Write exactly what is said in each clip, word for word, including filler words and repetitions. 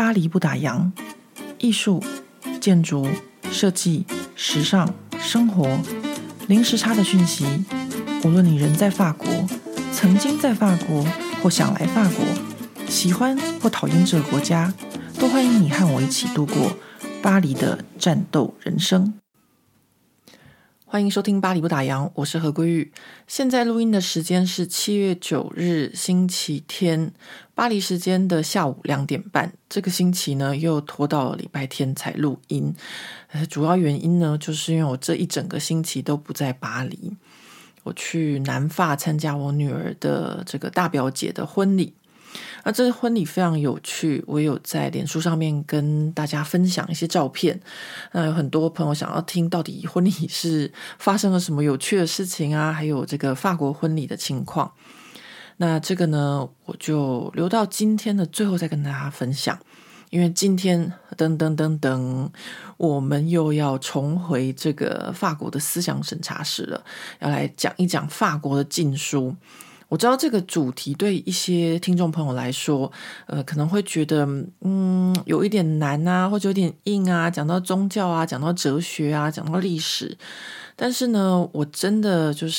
巴黎不打烊，艺术、建筑、设计、时尚、生活，零时差的讯息。无论你人在法国，曾经在法国，或想来法国，喜欢或讨厌这个国家，都欢迎你和我一起度过巴黎的战斗人生。欢迎收听巴黎不打烊，我是何桂玉。现在录音的时间是七月九日星期天，巴黎时间的下午两点半。这个星期呢又拖到礼拜天才录音，呃，主要原因呢就是因为我这一整个星期都不在巴黎，我去南法参加我女儿的这个大表姐的婚礼。那这个婚礼非常有趣，我有在脸书上面跟大家分享一些照片。那有很多朋友想要听到底婚礼是发生了什么有趣的事情啊，还有这个法国婚礼的情况。那这个呢，我就留到今天的最后再跟大家分享。因为今天噔噔噔噔，我们又要重回这个法国的思想审查室了，要来讲一讲法国的禁书。我知道这个主题对一些听众朋友来说，呃，可能会觉得，嗯，有一点难啊，或者有点硬啊，讲到宗教啊，讲到哲学啊，讲到历史。但是呢，我真的就是，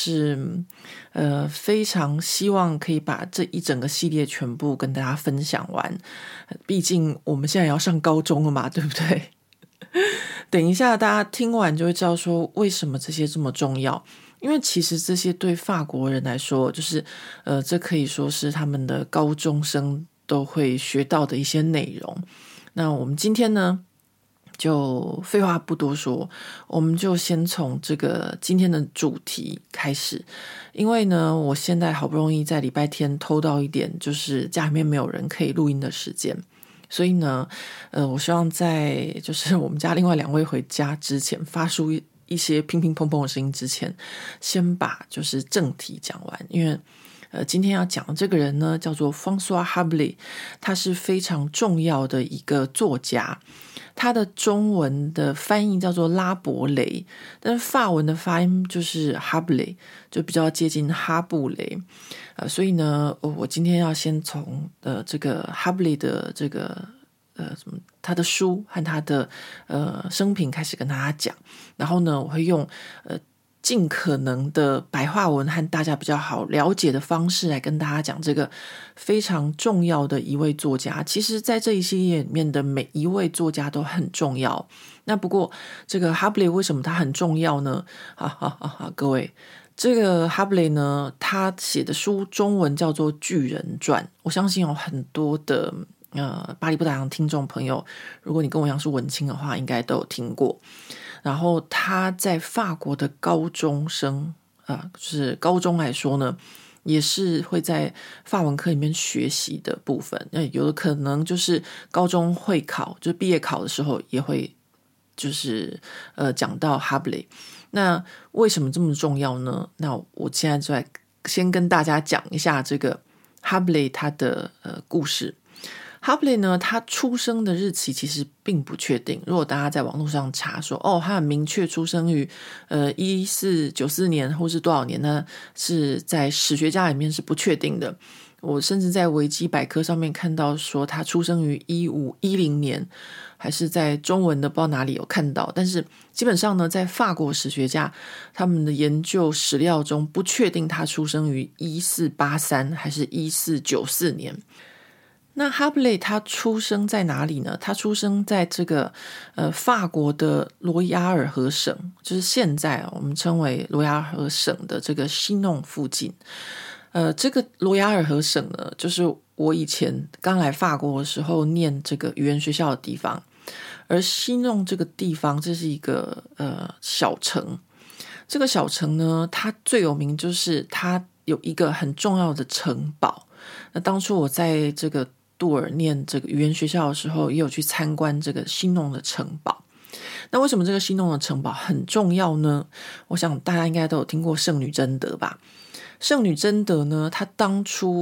呃，非常希望可以把这一整个系列全部跟大家分享完。毕竟我们现在要上高中了嘛，对不对？等一下大家听完就会知道说，为什么这些这么重要。因为其实这些对法国人来说，就是呃，这可以说是他们的高中生都会学到的一些内容。那我们今天呢，就废话不多说，我们就先从这个今天的主题开始。因为呢，我现在好不容易在礼拜天偷到一点，就是家里面没有人可以录音的时间。所以呢，呃，我希望在就是我们家另外两位回家之前发出一一些乒乒乓乓的声音之前，先把就是正题讲完。因为呃，今天要讲的这个人呢，叫做 François Rabelais， 他是非常重要的一个作家。他的中文的翻译叫做拉伯雷，但是法文的发音就是哈布雷，就比较接近哈布雷。呃，所以呢，我今天要先从呃这个哈布雷的这个呃什么他的书和他的呃生平开始跟大家讲，然后呢，我会用呃尽可能的白话文和大家比较好了解的方式来跟大家讲这个非常重要的一位作家。其实在这一系列里面的每一位作家都很重要。那不过这个哈布雷为什么他很重要呢？哈哈哈哈，各位，这个哈布雷呢，他写的书中文叫做《巨人传》，我相信有很多的呃巴黎不打烊听众朋友，如果你跟我一样是文青的话，应该都有听过。然后他在法国的高中生啊、呃，就是高中来说呢，也是会在法文课里面学习的部分。那有的可能就是高中会考，就是毕业考的时候也会就是呃讲到哈布雷。那为什么这么重要呢？那我现在就来先跟大家讲一下这个哈布雷他的呃故事。哈布雷呢，他出生的日期其实并不确定。如果大家在网络上查说，哦，他很明确出生于呃一四九四年或是多少年呢，是在史学家里面是不确定的。我甚至在维基百科上面看到说他出生于一五一零年，还是在中文的不知道哪里有看到。但是基本上呢，在法国史学家他们的研究史料中不确定他出生于一四八三还是一四九四年。那哈布雷他出生在哪里呢？他出生在这个呃法国的罗亚尔河省，就是现在我们称为罗亚尔河省的这个西弄附近。呃，这个罗亚尔河省呢，就是我以前刚来法国的时候念这个语言学校的地方。而西弄这个地方，这是一个呃小城。这个小城呢，它最有名就是它有一个很重要的城堡。那当初我在这个杜尔念这个语言学校的时候，也有去参观这个西弄的城堡。那为什么这个西弄的城堡很重要呢？我想大家应该都有听过圣女贞德吧。圣女贞德呢，她当初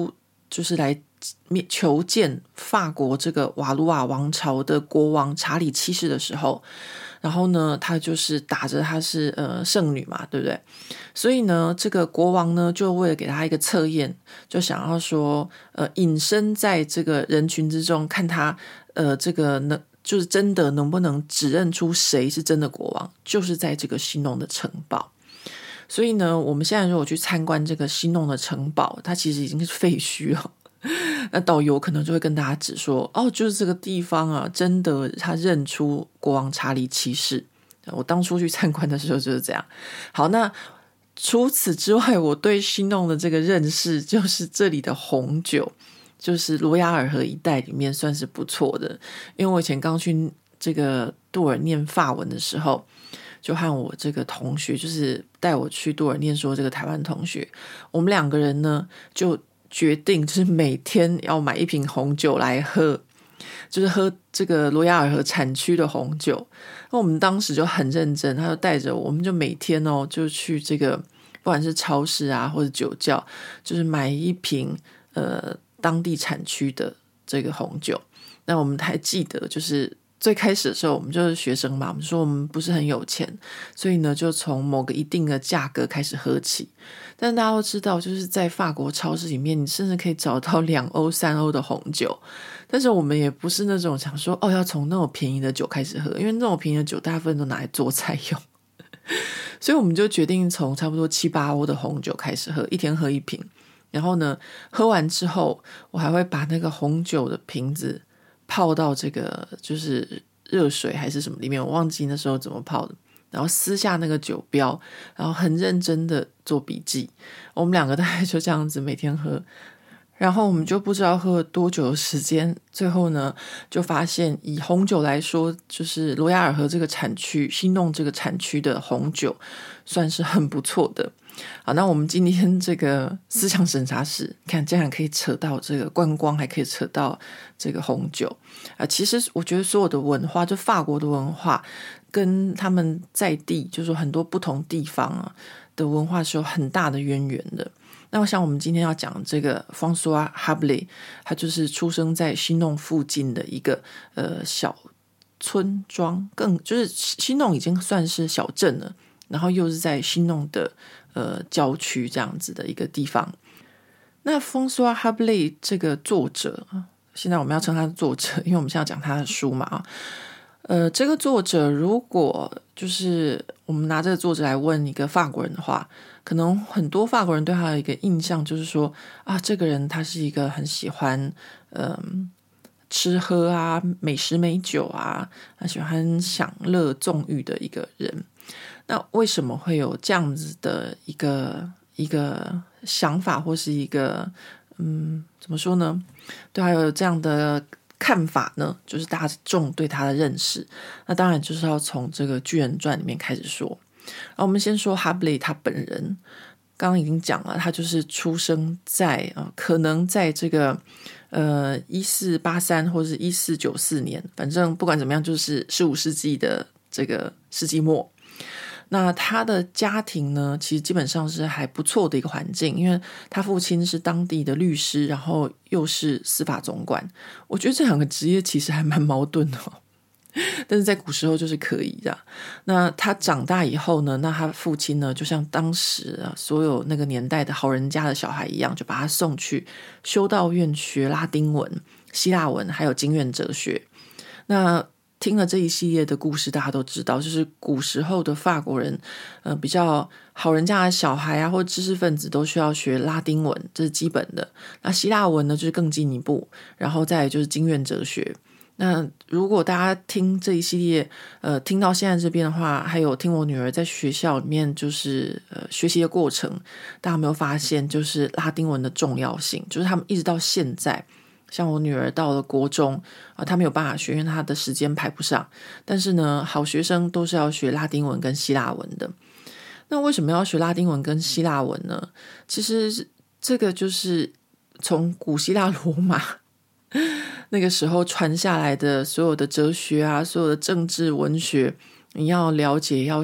就是来求见法国这个瓦卢瓦王朝的国王查理七世的时候，然后呢他就是打着他是呃圣女嘛，对不对？所以呢这个国王呢就为了给他一个测验，就想要说呃隐身在这个人群之中，看他呃这个能就是真的能不能指认出谁是真的国王，就是在这个西弄的城堡。所以呢我们现在如果去参观这个西弄的城堡，它其实已经是废墟了，那导游可能就会跟大家指说，哦，就是这个地方啊，真的他认出国王查理七世。我当初去参观的时候就是这样。好，那除此之外，我对西弄的这个认识就是这里的红酒，就是罗亚尔河一带里面算是不错的。因为我以前刚去这个杜尔念法文的时候，就和我这个同学，就是带我去杜尔念书这个台湾同学，我们两个人呢就决定就是每天要买一瓶红酒来喝，就是喝这个罗亚尔河产区的红酒。那我们当时就很认真，他就带着我们就每天哦就去这个不管是超市啊或者酒窖，就是买一瓶呃当地产区的这个红酒。那我们还记得就是最开始的时候我们就是学生嘛，我们说我们不是很有钱，所以呢就从某个一定的价格开始喝起。但大家都知道，就是在法国超市里面，你甚至可以找到两欧三欧的红酒。但是我们也不是那种想说哦要从那种便宜的酒开始喝，因为那种便宜的酒大部分都拿来做菜用。所以我们就决定从差不多七八欧的红酒开始喝，一天喝一瓶。然后呢喝完之后，我还会把那个红酒的瓶子泡到这个就是热水还是什么里面，我忘记那时候怎么泡的，然后撕下那个酒标，然后很认真的做笔记。我们两个大概就这样子每天喝，然后我们就不知道喝了多久的时间，最后呢就发现以红酒来说，就是罗亚尔河这个产区西弄这个产区的红酒算是很不错的。好，那我们今天这个思想审查室，看竟然可以扯到这个观光，还可以扯到这个红酒啊、呃。其实我觉得所有的文化，就法国的文化跟他们在地就是很多不同地方啊的文化是有很大的渊源的。那我想我们今天要讲这个 François Rabelais， 他就是出生在西弄附近的一个呃小村庄，更就是西弄已经算是小镇了，然后又是在西弄的呃郊区这样子的一个地方。那 François Rabelais 这个作者，现在我们要称他的作者，因为我们现在要讲他的书嘛。呃，这个作者如果就是我们拿这个作者来问一个法国人的话，可能很多法国人对他的一个印象就是说啊，这个人他是一个很喜欢嗯、呃、吃喝啊、美食美酒啊，很喜欢享乐纵欲的一个人。那为什么会有这样子的一个一个想法，或是一个嗯怎么说呢？对他有这样的看法呢？就是大众对他的认识，那当然就是要从这个巨人传里面开始说。然后我们先说哈布雷他本人，刚刚已经讲了，他就是出生在、呃、可能在这个呃一四八三或是一四九四年，反正不管怎么样，就是十五世纪的这个世纪末。那他的家庭呢，其实基本上是还不错的一个环境，因为他父亲是当地的律师，然后又是司法总管。我觉得这两个职业其实还蛮矛盾的、哦，但是在古时候就是可以的。那他长大以后呢，那他父亲呢，就像当时、啊、所有那个年代的好人家的小孩一样，就把他送去修道院学拉丁文、希腊文还有经院哲学。那听了这一系列的故事，大家都知道，就是古时候的法国人，呃，比较好人家的小孩啊，或者知识分子都需要学拉丁文，这是基本的。那希腊文呢，就是更进一步，然后再来就是经院哲学。那如果大家听这一系列，呃，听到现在这边的话，还有听我女儿在学校里面就是呃学习的过程，大家有没有发现，就是拉丁文的重要性，就是他们一直到现在。像我女儿到了国中啊，她没有办法学，因为她的时间排不上。但是呢，好学生都是要学拉丁文跟希腊文的。那为什么要学拉丁文跟希腊文呢？其实这个就是从古希腊罗马那个时候传下来的所有的哲学啊，所有的政治文学，你要了解，要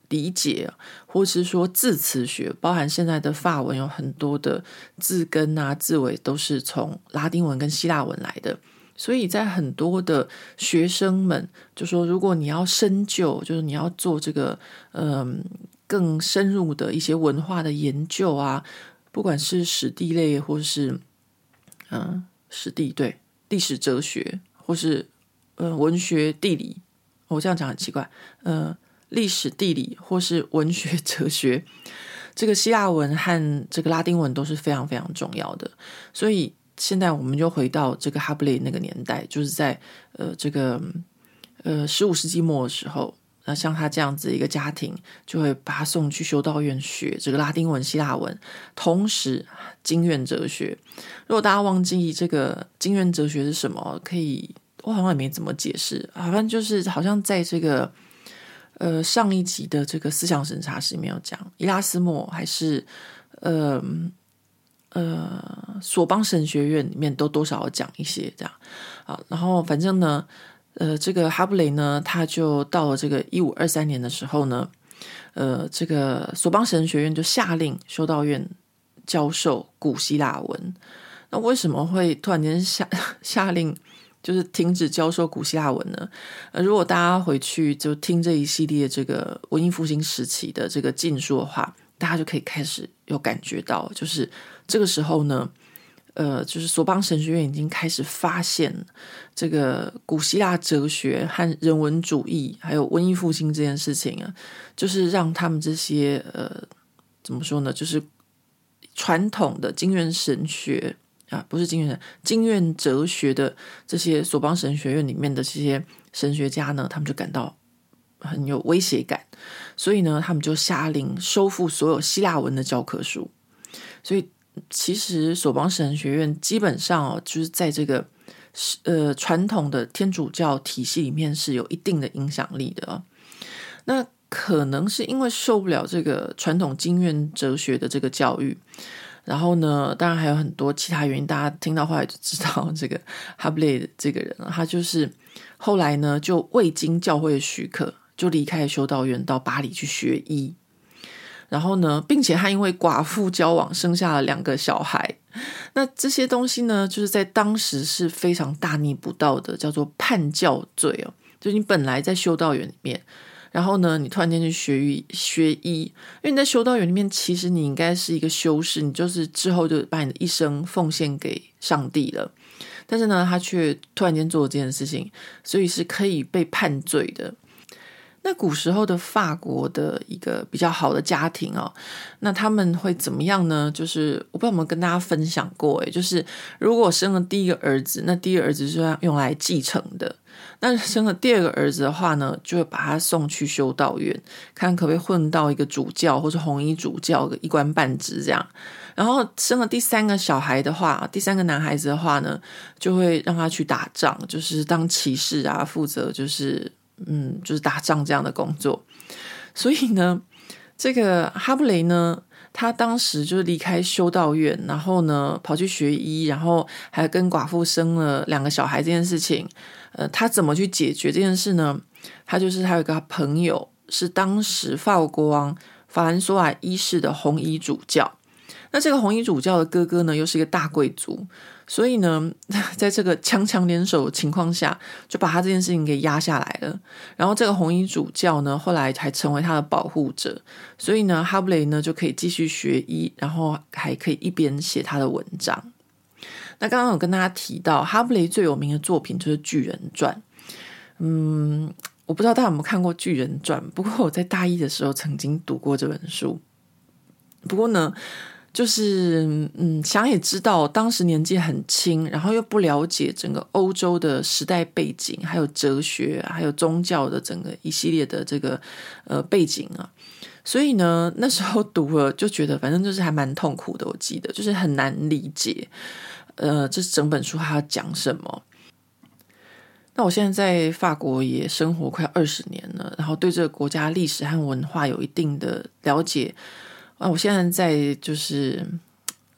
理解，或是说字词学，包含现在的法文有很多的字根啊字尾都是从拉丁文跟希腊文来的，所以在很多的学生们就说，如果你要深究，就是你要做这个嗯更深入的一些文化的研究啊，不管是史地类或是嗯史地对历史哲学或是呃文学地理，我这样讲很奇怪，呃历史地理或是文学哲学，这个希腊文和这个拉丁文都是非常非常重要的。所以现在我们就回到这个哈布雷那个年代，就是在呃这个呃十五世纪末的时候，那像他这样子一个家庭，就会把他送去修道院学这个拉丁文、希腊文，同时经院哲学。如果大家忘记这个经院哲学是什么，可以我好像也没怎么解释，好像就是好像在这个呃上一集的这个思想审查室里面有讲，伊拉斯谟还是呃呃索邦神学院里面都多少有讲一些这样啊。然后反正呢。呃，这个哈布雷呢，他就到了这个一五二三年的时候呢，呃，这个索邦神学院就下令修道院教授古希腊文。那为什么会突然间下下令，就是停止教授古希腊文呢？呃，如果大家回去就听这一系列这个文艺复兴时期的这个禁书的话，大家就可以开始有感觉到，就是这个时候呢。呃，就是索邦神学院已经开始发现这个古希腊哲学和人文主义，还有文艺复兴这件事情啊，就是让他们这些呃，怎么说呢，就是传统的经院神学啊，不是经院神，经院哲学的这些索邦神学院里面的这些神学家呢，他们就感到很有威胁感，所以呢，他们就下令收复所有希腊文的教科书，所以。其实索邦神学院基本上哦，就是在这个呃传统的天主教体系里面是有一定的影响力的哦。那可能是因为受不了这个传统经院哲学的这个教育，然后呢，当然还有很多其他原因。大家听到后来就知道，这个哈布雷这个人，他就是后来呢就未经教会许可，就离开修道院到巴黎去学医。然后呢，并且他因为寡妇交往生下了两个小孩，那这些东西呢，就是在当时是非常大逆不道的，叫做叛教罪哦。就你本来在修道院里面，然后呢，你突然间去学医学医，因为你在修道院里面，其实你应该是一个修士，你就是之后就把你的一生奉献给上帝了。但是呢，他却突然间做了这件事情，所以是可以被判罪的。那古时候的法国的一个比较好的家庭哦，那他们会怎么样呢？就是我不知道有没有跟大家分享过，诶，就是如果生了第一个儿子，那第一个儿子是要用来继承的。那生了第二个儿子的话呢，就会把他送去修道院，看可不可以混到一个主教或是红衣主教一官半职这样。然后生了第三个小孩的话，第三个男孩子的话呢，就会让他去打仗，就是当骑士啊，负责就是。嗯，就是打仗这样的工作。所以呢，这个哈布雷呢，他当时就离开修道院，然后呢跑去学医，然后还跟寡妇生了两个小孩这件事情，呃，他怎么去解决这件事呢？他就是他有一个朋友是当时法国国王法兰索瓦一世的红衣主教。那这个红衣主教的哥哥呢，又是一个大贵族，所以呢，在这个强强联手的情况下，就把他这件事情给压下来了。然后这个红衣主教呢，后来还成为他的保护者，所以呢，哈布雷呢就可以继续学医，然后还可以一边写他的文章。那刚刚有跟大家提到，哈布雷最有名的作品就是《巨人传》。嗯，我不知道大家有没有看过《巨人传》，不过我在大一的时候曾经读过这本书。不过呢。就是嗯，想也知道，当时年纪很轻，然后又不了解整个欧洲的时代背景，还有哲学，还有宗教的整个一系列的这个呃背景啊，所以呢，那时候读了就觉得，反正就是还蛮痛苦的。我记得就是很难理解，呃，这整本书它要讲什么。那我现在在法国也生活快二十年了，然后对这个国家历史和文化有一定的了解。啊，我现在在就是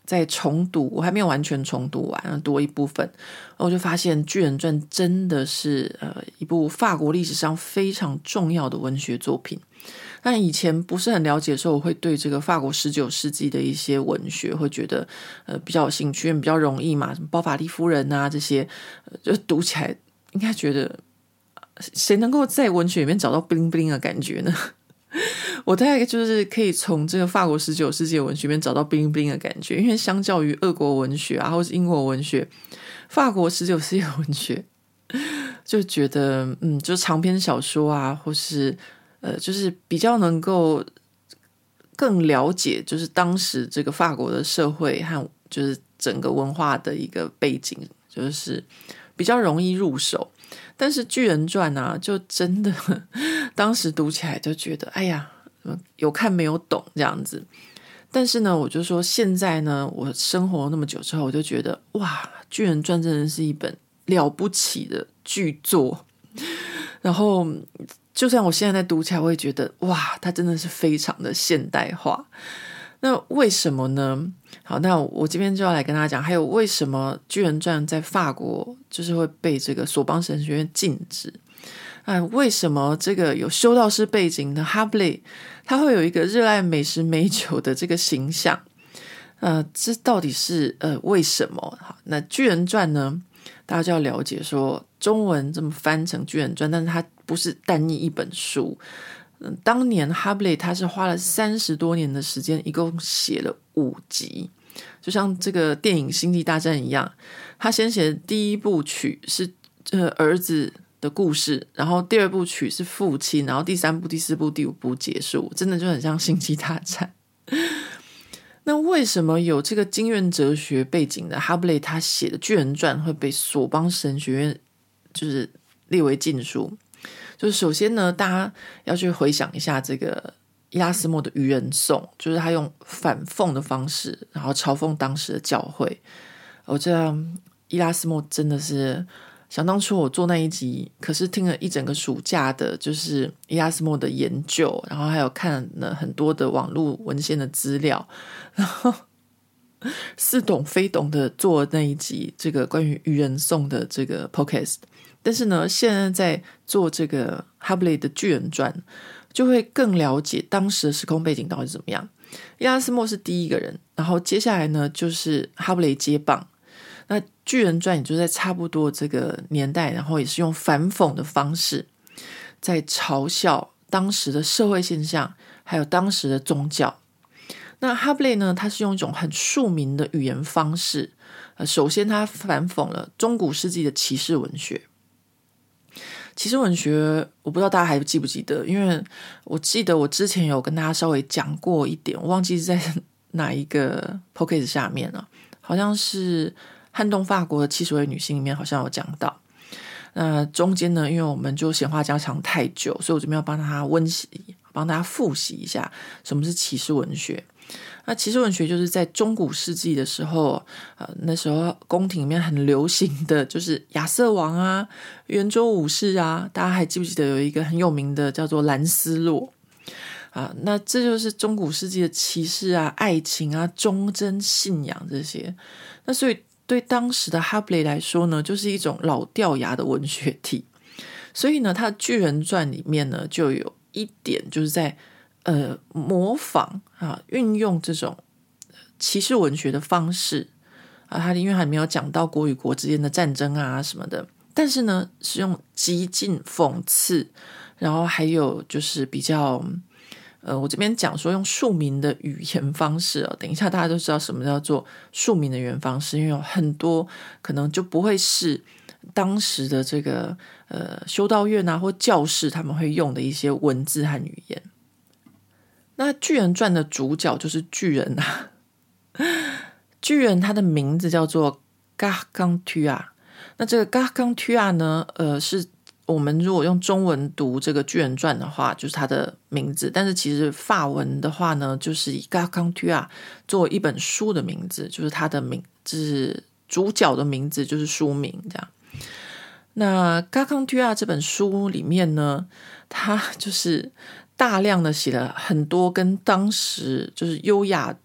在重读，我还没有完全重读完，读了一部分，然后我就发现《巨人传》真的是呃一部法国历史上非常重要的文学作品。但以前不是很了解的时候，我会对这个法国十九世纪的一些文学会觉得呃比较有兴趣，比较容易嘛，什么包法利夫人啊这些，呃、就读起来应该觉得谁能够在文学里面找到 bling bling 的感觉呢？我大概就是可以从这个法国十九世纪的文学里面找到 bling bling 的感觉，因为相较于俄国文学啊，或是英国文学，法国十九世纪的文学就觉得，嗯，就是长篇小说啊，或是呃，就是比较能够更了解，就是当时这个法国的社会和就是整个文化的一个背景，就是比较容易入手。但是《巨人传》啊，就真的当时读起来就觉得，哎呀，有看没有懂这样子。但是呢，我就说现在呢，我生活那么久之后，我就觉得哇，《巨人传》真的是一本了不起的巨作。然后，就算我现在在读起来，我会觉得哇，它真的是非常的现代化。那为什么呢？好，那我这边就要来跟大家讲，还有为什么《巨人传》在法国就是会被这个索邦神学院禁止？啊，为什么这个有修道士背景的哈布雷，他会有一个热爱美食美酒的这个形象？呃，这到底是呃为什么？好，那《巨人传》呢，大家就要了解说，中文这么翻成《巨人传》，但是它不是单一一本书。嗯，当年哈布雷他是花了三十多年的时间，一共写了五集，就像这个电影《星际大战》一样，他先写的第一部曲是呃儿子的故事，然后第二部曲是父亲，然后第三部、第四部、第五部结束，真的就很像《星际大战》。那为什么有这个经院哲学背景的哈布雷他写的《巨人传》会被索邦神学院就是列为禁书？就是首先呢，大家要去回想一下这个伊拉斯谟的《愚人颂》，就是他用反讽的方式，然后嘲讽当时的教会。我这样伊拉斯谟真的是想当初我做那一集，可是听了一整个暑假的，就是伊拉斯谟的研究，然后还有看了很多的网络文献的资料，然后似懂非懂的做那一集这个关于《愚人颂》的这个 podcast。但是呢，现在在做这个哈布雷的《巨人传》，就会更了解当时的时空背景到底怎么样。伊拉斯谟是第一个人，然后接下来呢就是哈布雷接棒。那《巨人传》也就在差不多这个年代，然后也是用反讽的方式，在嘲笑当时的社会现象，还有当时的宗教。那哈布雷呢，他是用一种很庶民的语言方式，呃，首先他反讽了中古世纪的骑士文学。骑士文学我不知道大家还记不记得，因为我记得我之前有跟大家稍微讲过一点，我忘记是在哪一个 podcast 下面了，好像是撼动法国的七十位女性里面好像有讲到。那中间呢，因为我们就闲话家常太久，所以我这边要帮大家温习，帮大家复习一下什么是骑士文学。那骑士文学就是在中古世纪的时候，呃，那时候宫廷里面很流行的就是亚瑟王啊、圆桌武士啊，大家还记不记得有一个很有名的叫做兰斯洛啊？那这就是中古世纪的骑士啊、爱情啊、忠贞、信仰这些。那所以对当时的哈布雷来说呢，就是一种老掉牙的文学体。所以呢，他的《巨人传》里面呢，就有一点就是在呃，模仿啊，运用这种骑士文学的方式啊，他因为还没有讲到国与国之间的战争啊什么的，但是呢，是用极尽讽刺，然后还有就是比较呃，我这边讲说用庶民的语言方式哦，等一下大家都知道什么叫做庶民的语言方式，因为有很多可能就不会是当时的这个呃修道院啊或教士他们会用的一些文字和语言。那巨人传的主角就是巨人啊，巨人他的名字叫做 Gargantua。 那这个 Gargantua 呢，呃，是我们如果用中文读这个巨人传的话，就是他的名字，但是其实法文的话呢，就是以 Gargantua 作为一本书的名字，就是他的名，就是主角的名字，就是书名这样。那 Gargantua 这本书里面呢，他就是大量的写了很多跟当时就是优雅的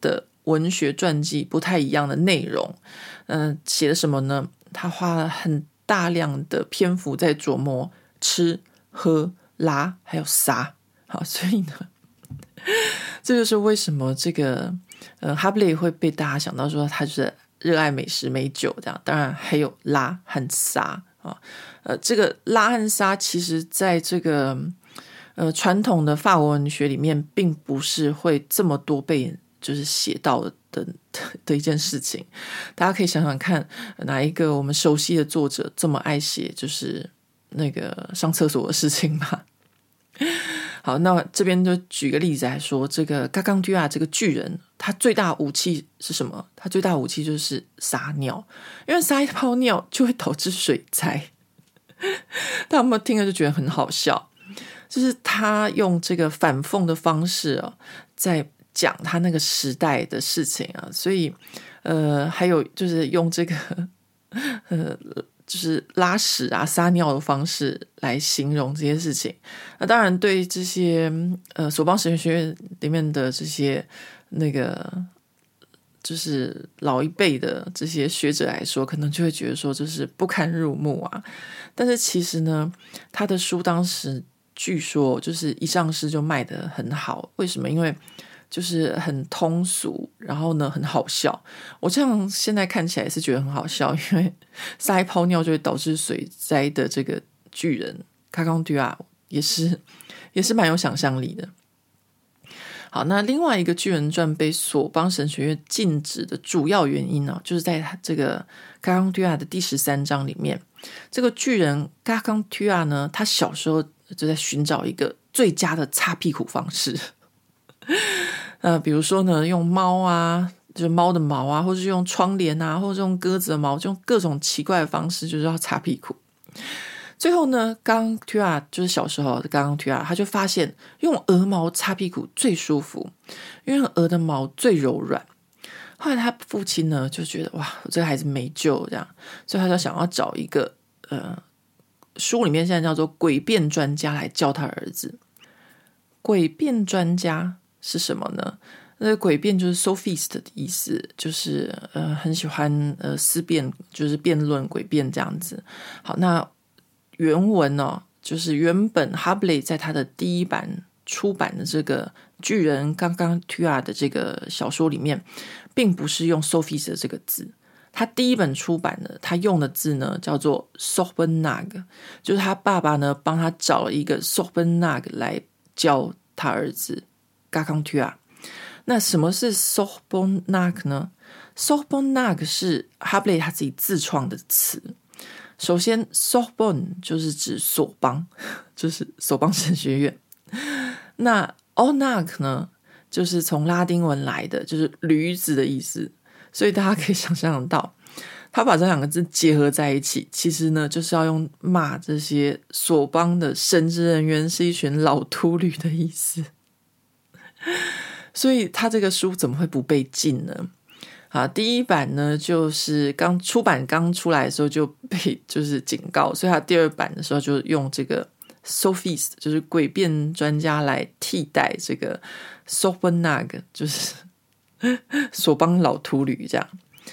文学传记不太一样的内容。嗯、呃，写了什么呢？他花了很大量的篇幅在琢磨吃、喝、拉还有撒。好，所以呢，这就是为什么这个呃哈布雷会被大家想到说他就是热爱美食美酒这样。当然还有拉和撒啊，呃，这个拉和撒其实在这个呃传统的法国文学里面，并不是会这么多被就是写到的的, 的一件事情。大家可以想想看，哪一个我们熟悉的作者这么爱写就是那个上厕所的事情嘛？好，那这边就举个例子来说，这个嘎冈居亚这个巨人，他最大武器是什么？他最大武器就是撒尿，因为撒一泡尿就会导致水灾。大家有没有听了就觉得很好笑？就是他用这个反讽的方式哦，在讲他那个时代的事情啊，所以呃，还有就是用这个呃。就是拉屎啊撒尿的方式来形容这些事情。那当然对这些呃索邦神学院里面的这些那个就是老一辈的这些学者来说，可能就会觉得说这是不堪入目啊。但是其实呢，他的书当时据说就是一上市就卖得很好。为什么？因为就是很通俗，然后呢很好笑。我这样现在看起来是觉得很好笑，因为撒一泡尿就会导致水灾的这个巨人卡冈杜亚也是也是蛮有想象力的。好，那另外一个巨人传被索邦神学院禁止的主要原因呢、啊，就是在这个卡冈杜亚的第十三章里面，这个巨人卡冈杜亚呢，他小时候就在寻找一个最佳的擦屁股方式。呃，比如说呢，用猫啊，就是猫的毛啊，或是用窗帘啊，或者用鸽子的毛，就用各种奇怪的方式，就是要擦屁股。最后呢，刚图亚就是小时候的刚图亚，他就发现用鹅毛擦屁股最舒服，因为鹅的毛最柔软。后来他父亲呢就觉得哇，这个孩子没救这样，所以他就想要找一个呃，书里面现在叫做诡辩专家来教他儿子。诡辩专家是什么呢？那诡辩就是 sophist 的意思，就是呃很喜欢呃思辨，就是辩论诡辩这样子。好，那原文呢、哦，就是原本哈布雷在他的第一版出版的这个巨人刚刚 Tua 的这个小说里面，并不是用 sophist 的这个字。他第一本出版的，他用的字呢叫做 Sorbonnag， 就是他爸爸呢帮他找了一个 Sorbonnag 来教他儿子嘎冈图亚。那什么是 Sorbonnag 呢？ Sorbonnag 是哈布雷他自己自创的词。首先 Sorbonne 就是指索邦，就是索邦神学院。那 Onag 呢，就是从拉丁文来的，就是驴子的意思。所以大家可以想象到，他把这两个字结合在一起，其实呢就是要用骂这些索邦的神职人员是一群老秃驴的意思。所以他这个书怎么会不被禁呢？啊，第一版呢就是刚出版刚出来的时候就被就是警告，所以他第二版的时候就用这个 sophist 就是诡辩专家来替代这个 Sorbonnag 就是索邦老秃驴这样。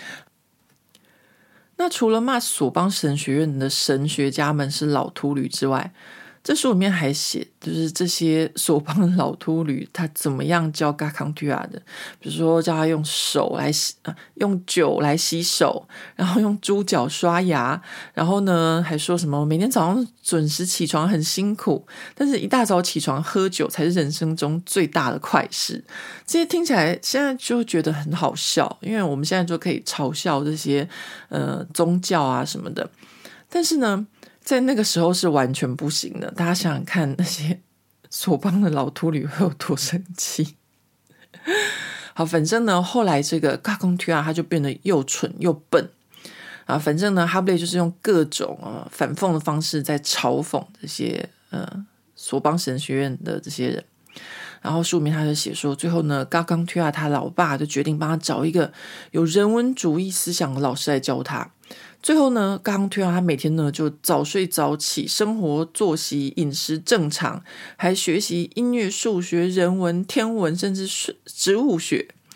那除了骂索邦神学院的神学家们是老秃驴之外，这书里面还写就是这些索邦的老秃驴他怎么样教嘎冈图亚的，比如说叫他用手来洗、呃、用酒来洗手，然后用猪脚刷牙，然后呢还说什么每天早上准时起床很辛苦，但是一大早起床喝酒才是人生中最大的快事。这些听起来现在就觉得很好笑，因为我们现在就可以嘲笑这些呃宗教啊什么的，但是呢在那个时候是完全不行的。大家想想看，那些索邦的老秃驴会有多生气。好，反正呢后来这个嘎冈图亚他就变得又蠢又笨啊。反正呢哈布雷就是用各种、呃、反讽的方式在嘲讽这些呃索邦神学院的这些人。然后书里面他就写说，最后呢嘎冈图亚他老爸就决定帮他找一个有人文主义思想的老师来教他。最后呢嘎冈图亚他每天呢就早睡早起，生活作息饮食正常，还学习音乐数学人文天文甚至植物学。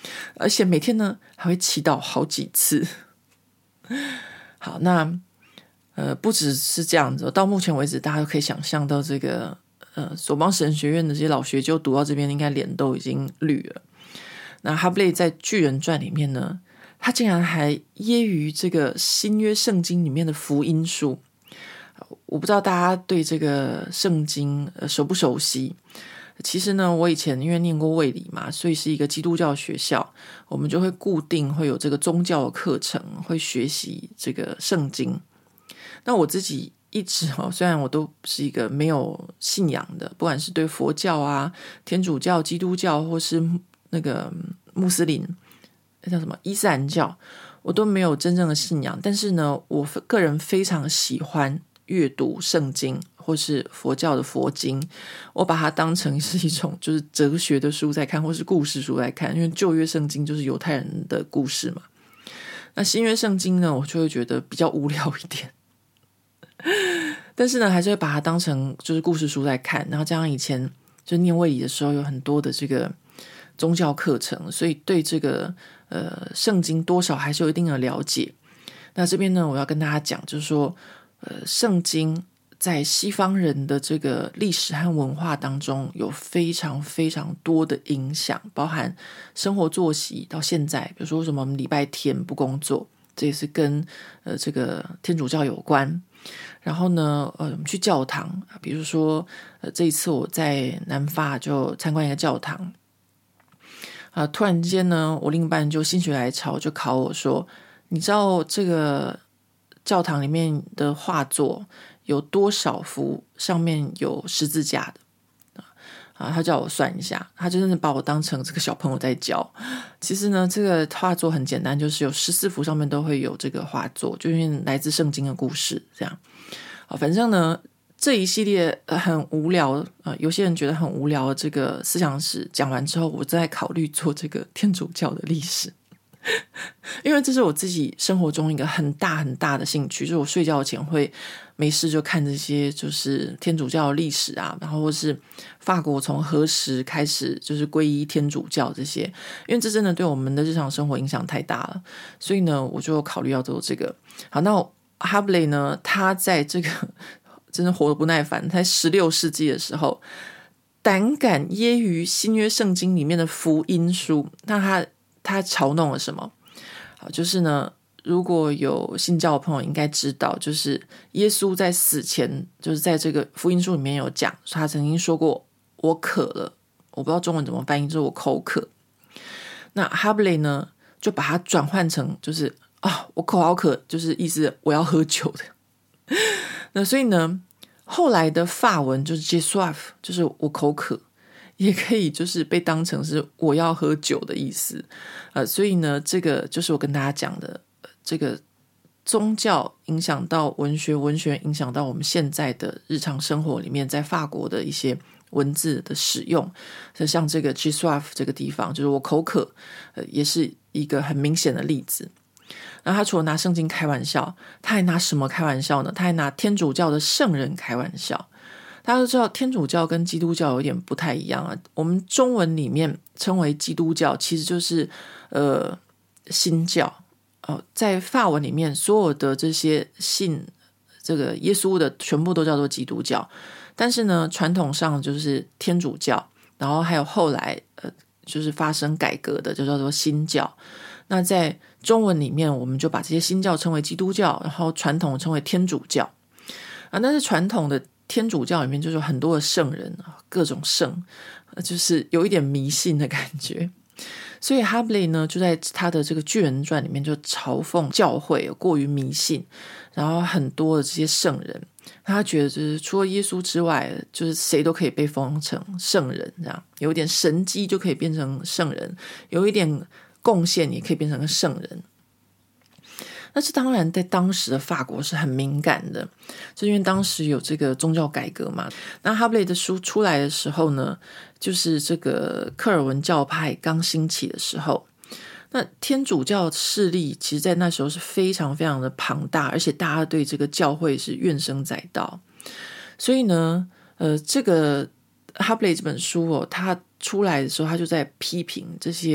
而且每天呢还会祈祷好几次。好，那呃不只是这样子，到目前为止大家都可以想象到这个呃索邦神学院的这些老学究读到这边应该脸都已经绿了。那哈布雷在巨人传里面呢，他竟然还揶揄这个新约圣经里面的福音书。我不知道大家对这个圣经、呃、熟不熟悉。其实呢，我以前因为念过卫理嘛，所以是一个基督教学校，我们就会固定会有这个宗教的课程，会学习这个圣经。那我自己一直哦，虽然我都是一个没有信仰的，不管是对佛教啊、天主教、基督教，或是那个穆斯林，那叫什么伊斯兰教，我都没有真正的信仰。但是呢，我个人非常喜欢阅读圣经或是佛教的佛经，我把它当成是一种就是哲学的书在看，或是故事书在看，因为旧约圣经就是犹太人的故事嘛。那新约圣经呢，我就会觉得比较无聊一点，但是呢还是会把它当成就是故事书在看。然后加上以前就念卫理的时候有很多的这个宗教课程，所以对这个呃圣经多少还是有一定的了解。那这边呢我要跟大家讲，就是说呃圣经在西方人的这个历史和文化当中有非常非常多的影响，包含生活作息到现在，比如说为什么我们礼拜天不工作，这也是跟呃这个天主教有关。然后呢呃我们去教堂，比如说呃这一次我在南法就参观一个教堂啊，突然间呢我另一半就心血来潮就考我说，你知道这个教堂里面的画作有多少幅上面有十字架的啊？他叫我算一下，他就真的把我当成这个小朋友在教。其实呢这个画作很简单，就是有十四幅上面都会有这个画作，就因为来自圣经的故事这样。好，反正呢这一系列很无聊、呃、有些人觉得很无聊的这个思想史讲完之后，我在考虑做这个天主教的历史。因为这是我自己生活中一个很大很大的兴趣，就是我睡觉前会没事就看这些就是天主教的历史啊，然后或是法国从何时开始就是皈依天主教这些，因为这真的对我们的日常生活影响太大了，所以呢我就考虑要做这个。好，那哈布雷呢他在这个真的活得不耐烦，在十六世纪的时候胆敢揶揄新约圣经里面的福音书。那他他嘲弄了什么？好，就是呢如果有信教的朋友应该知道，就是耶稣在死前就是在这个福音书里面有讲，他曾经说过我渴了，我不知道中文怎么翻译，就是我口渴。那哈布雷呢就把它转换成就是啊我口好渴，就是意思我要喝酒的。那所以呢后来的法文就是 j'ai soif， 就是我口渴，也可以就是被当成是我要喝酒的意思。呃，所以呢这个就是我跟大家讲的、呃、这个宗教影响到文学，文学影响到我们现在的日常生活里面，在法国的一些文字的使用，像这个 j'ai soif 这个地方就是我口渴、呃、也是一个很明显的例子。然后他除了拿圣经开玩笑，他还拿什么开玩笑呢？他还拿天主教的圣人开玩笑。大家都知道天主教跟基督教有点不太一样啊，我们中文里面称为基督教其实就是呃新教、呃、在法文里面所有的这些信这个耶稣的全部都叫做基督教，但是呢传统上就是天主教，然后还有后来呃就是发生改革的就叫做新教。那在中文里面我们就把这些新教称为基督教，然后传统称为天主教啊。但是传统的天主教里面就是有很多的圣人，各种圣，就是有一点迷信的感觉。所以哈布雷呢就在他的这个巨人传里面就嘲讽教会过于迷信，然后很多的这些圣人，他觉得就是除了耶稣之外，就是谁都可以被封成圣人，这样有一点神迹就可以变成圣人，有一点贡献也可以变成个圣人。那这当然在当时的法国是很敏感的，就因为当时有这个宗教改革嘛。那哈布雷的书出来的时候呢，就是这个科尔文教派刚兴起的时候，那天主教势力其实在那时候是非常非常的庞大，而且大家对这个教会是怨声载道。所以呢呃，这个哈布雷这本书哦，他出来的时候他就在批评这些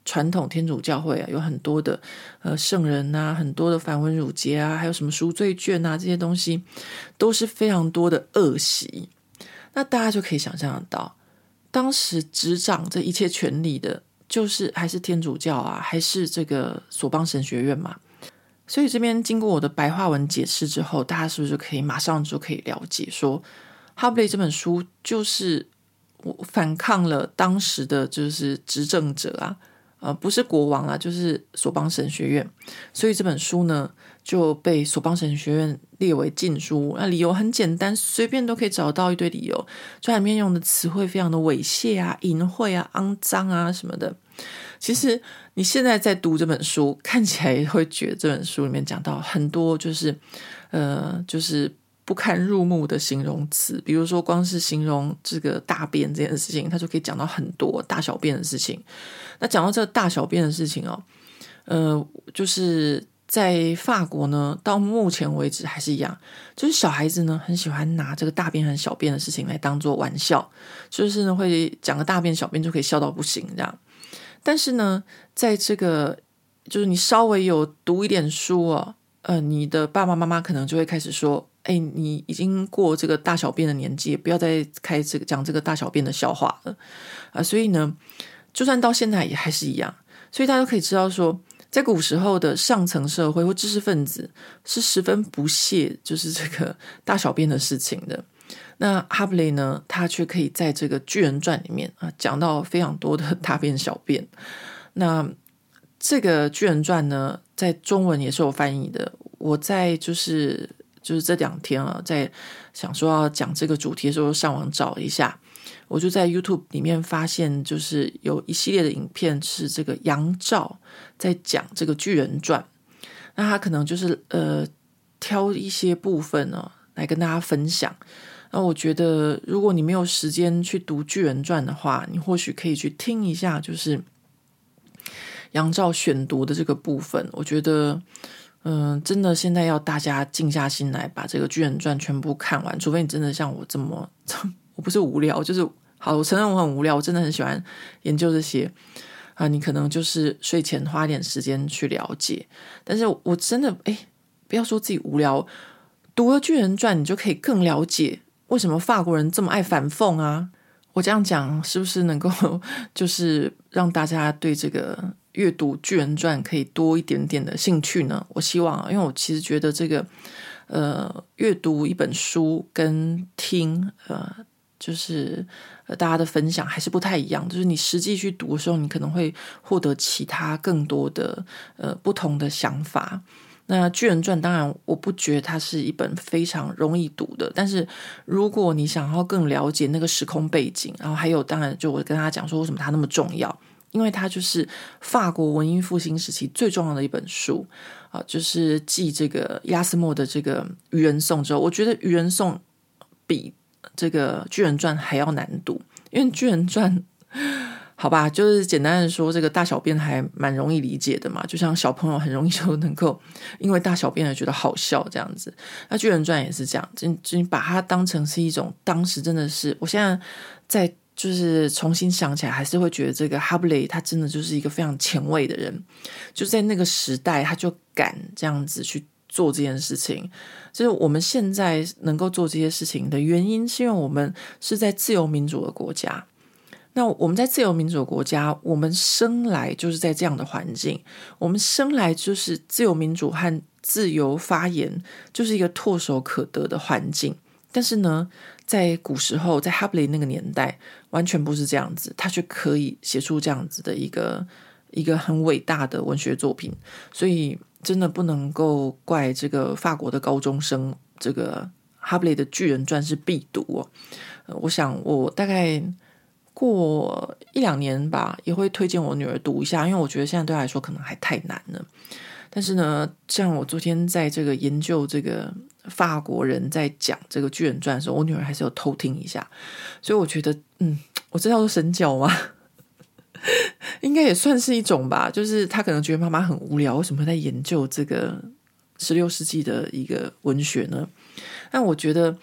传统天主教会啊，有很多的呃圣人啊，很多的繁文缛节啊，还有什么赎罪券啊，这些东西都是非常多的恶习。那大家就可以想象得到，当时执掌这一切权力的就是还是天主教啊，还是这个索邦神学院嘛。所以这边经过我的白话文解释之后，大家是不是就可以马上就可以了解说，哈布雷这本书就是反抗了当时的就是执政者啊，呃，不是国王啊，就是索邦神学院。所以这本书呢就被索邦神学院列为禁书。那理由很简单，随便都可以找到一堆理由，就里面用的词汇非常的猥亵啊、淫秽啊、肮脏啊什么的。其实你现在在读这本书，看起来会觉得这本书里面讲到很多就是呃就是不堪入目的形容词，比如说光是形容这个大便这件事情，它就可以讲到很多大小便的事情。那讲到这个大小便的事情哦，呃，就是在法国呢，到目前为止还是一样，就是小孩子呢很喜欢拿这个大便和小便的事情来当做玩笑，就是呢会讲个大便小便就可以笑到不行这样。但是呢，在这个就是你稍微有读一点书哦，呃，你的爸爸妈妈可能就会开始说，哎，你已经过这个大小便的年纪，不要再开这个讲这个大小便的笑话了啊、呃！所以呢，就算到现在也还是一样。所以大家都可以知道说，在古时候的上层社会或知识分子是十分不屑就是这个大小便的事情的。那哈布雷呢，他却可以在这个巨人传里面啊讲到非常多的大便小便。那这个巨人传呢，在中文也是有翻译的。我在就是就是这两天啊，在想说要讲这个主题的时候，上网找一下，我就在 YouTube 里面发现，就是有一系列的影片是这个杨照在讲这个巨人传。那他可能就是呃挑一些部分呢来跟大家分享。那我觉得如果你没有时间去读巨人传的话，你或许可以去听一下就是杨照选读的这个部分。我觉得嗯、呃，真的现在要大家静下心来把这个巨人传全部看完，除非你真的像我这么我不是无聊，就是好，我承认我很无聊，我真的很喜欢研究这些啊，你可能就是睡前花一点时间去了解。但是我真的哎，不要说自己无聊，读了巨人传你就可以更了解为什么法国人这么爱反讽啊。我这样讲是不是能够就是让大家对这个阅读巨人传可以多一点点的兴趣呢？我希望，因为我其实觉得这个呃阅读一本书跟听呃就是呃大家的分享还是不太一样，就是你实际去读的时候，你可能会获得其他更多的呃不同的想法。那巨人传当然我不觉得它是一本非常容易读的，但是如果你想要更了解那个时空背景，然后还有当然就我跟大家讲说为什么它那么重要，因为它就是法国文艺复兴时期最重要的一本书啊，就是继这个亚斯莫的这个愚人颂之后，我觉得愚人颂比这个巨人传还要难读。因为巨人传好吧，就是简单的说，这个大小便还蛮容易理解的嘛，就像小朋友很容易就能够因为大小便而觉得好笑这样子。那巨人传也是这样，就就你把它当成是一种当时真的是，我现在在就是重新想起来，还是会觉得这个哈布雷他真的就是一个非常前卫的人，就在那个时代他就敢这样子去做这件事情。就是我们现在能够做这些事情的原因，是因为我们是在自由民主的国家。那我们在自由民主的国家，我们生来就是在这样的环境，我们生来就是自由民主和自由发言就是一个唾手可得的环境。但是呢，在古时候，在哈布雷那个年代，完全不是这样子，他却可以写出这样子的一个一个很伟大的文学作品。所以真的不能够怪这个法国的高中生，这个哈布雷的巨人传是必读哦。呃、我想我大概过一两年吧，也会推荐我女儿读一下，因为我觉得现在对她来说可能还太难了。但是呢，像我昨天在这个研究这个法国人在讲这个巨人传的时候，我女儿还是有偷听一下，所以我觉得嗯，我知道说神教吗应该也算是一种吧，就是她可能觉得妈妈很无聊，为什么在研究这个十六世纪的一个文学呢？但我觉得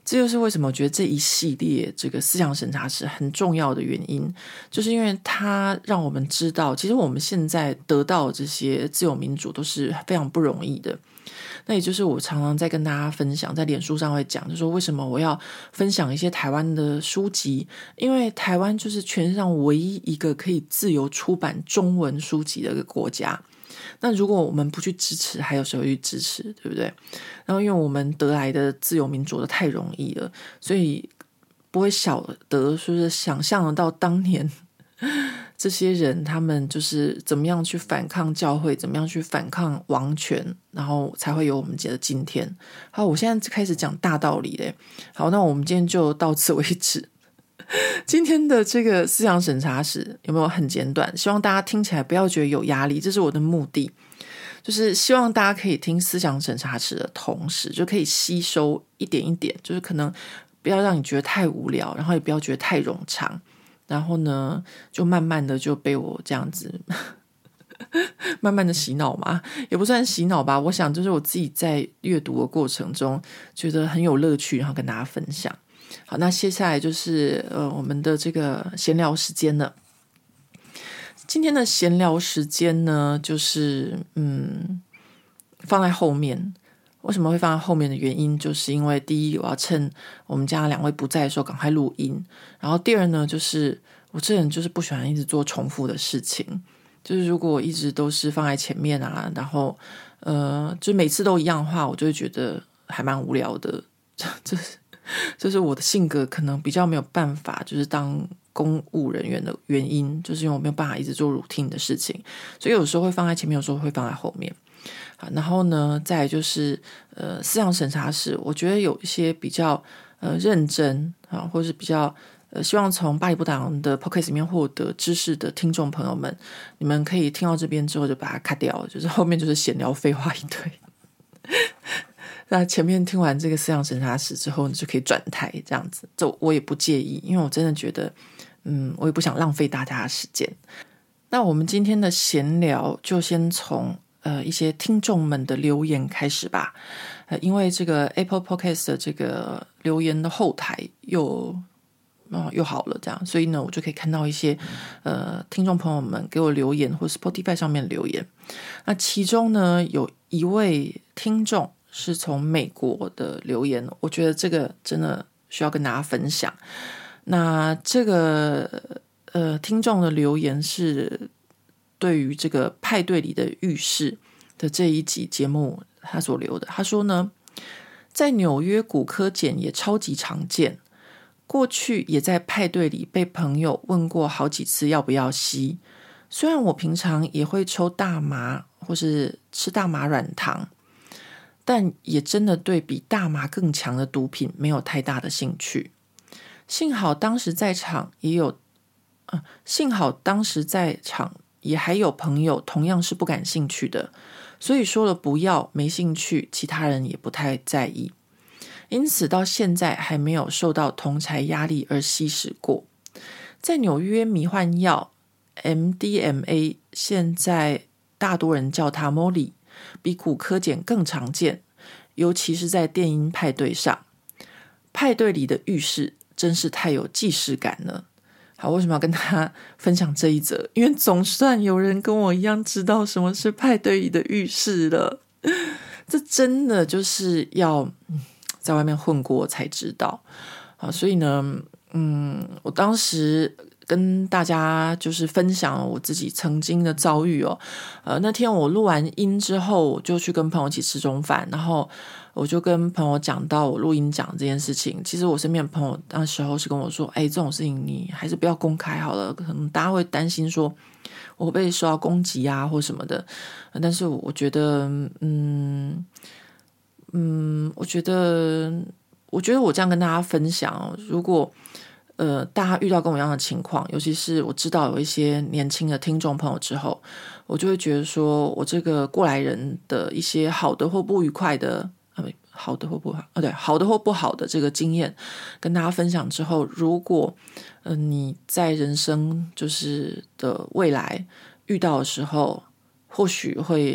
这就是为什么我觉得这一系列这个思想审查史很重要的原因，就是因为它让我们知道，其实我们现在得到这些自由民主都是非常不容易的。那也就是我常常在跟大家分享，在脸书上会讲，就是说为什么我要分享一些台湾的书籍，因为台湾就是全世界上唯一一个可以自由出版中文书籍的一个国家。那如果我们不去支持，还有谁会去支持，对不对？然后因为我们得来的自由民主的太容易了，所以不会晓得说是想象得到当年这些人他们就是怎么样去反抗教会，怎么样去反抗王权，然后才会有我们的今天。好，我现在开始讲大道理嘞。好，那我们今天就到此为止。今天的这个思想审查史有没有很简短？希望大家听起来不要觉得有压力，这是我的目的，就是希望大家可以听思想审查史的同时，就可以吸收一点一点，就是可能不要让你觉得太无聊，然后也不要觉得太冗长，然后呢就慢慢的就被我这样子慢慢的洗脑嘛，也不算洗脑吧，我想就是我自己在阅读的过程中觉得很有乐趣，然后跟大家分享。好，那接下来就是呃我们的这个闲聊时间了。今天的闲聊时间呢，就是嗯放在后面。为什么会放在后面的原因，就是因为第一，我要趁我们家两位不在的时候赶快录音，然后第二呢，就是我这人就是不喜欢一直做重复的事情，就是如果一直都是放在前面啊，然后呃就每次都一样的话，我就会觉得还蛮无聊的。这是这是我的性格可能比较没有办法就是当公务人员的原因，就是因为我没有办法一直做 routine 的事情，所以有时候会放在前面，有时候会放在后面。好，然后呢再来就是呃思想审查史，我觉得有一些比较呃认真啊，或是比较呃希望从巴黎不打烊的 podcast 里面获得知识的听众朋友们，你们可以听到这边之后就把它 cut 掉，就是后面就是闲聊废话一堆。那前面听完这个思想审查史之后，你就可以转台这样子，这我也不介意，因为我真的觉得嗯我也不想浪费大家的时间。那我们今天的闲聊就先从呃一些听众们的留言开始吧。呃因为这个 Apple Podcast 的这个留言的后台又哦又好了这样，所以呢我就可以看到一些呃听众朋友们给我留言，或是 Spotify 上面留言。那其中呢有一位听众是从美国的留言，我觉得这个真的需要跟大家分享。那这个呃听众的留言是对于这个派对里的浴室的这一集节目他所留的。他说呢，在纽约骨科碱也超级常见，过去也在派对里被朋友问过好几次要不要吸。虽然我平常也会抽大麻或是吃大麻软糖，但也真的对比大麻更强的毒品没有太大的兴趣。幸好当时在场也有，呃，幸好当时在场也还有朋友同样是不感兴趣的，所以说了不要没兴趣，其他人也不太在意，因此到现在还没有受到同侪压力而吸食过。在纽约，迷幻药 M D M A 现在大多人叫它 Molly， 比骨科碱更常见，尤其是在电音派对上。派对里的浴室真是太有既视感了。好，为什么要跟大家分享这一则？因为总算有人跟我一样知道什么是派对里的浴室了。这真的就是要在外面混过才知道。好，所以呢，嗯，我当时跟大家就是分享我自己曾经的遭遇哦。呃，那天我录完音之后，我就去跟朋友一起吃中饭，然后我就跟朋友讲到我录音讲这件事情。其实我身边的朋友那时候是跟我说，哎，这种事情你还是不要公开好了，可能大家会担心说我会被受到攻击啊或什么的。但是我觉得嗯嗯我觉得我觉得我这样跟大家分享哦，如果呃，大家遇到跟我一样的情况，尤其是我知道有一些年轻的听众朋友之后，我就会觉得说我这个过来人的一些好的或不愉快的，呃，好的或不好，啊，对，好的或不好的这个经验跟大家分享之后，如果呃你在人生就是的未来遇到的时候，或许会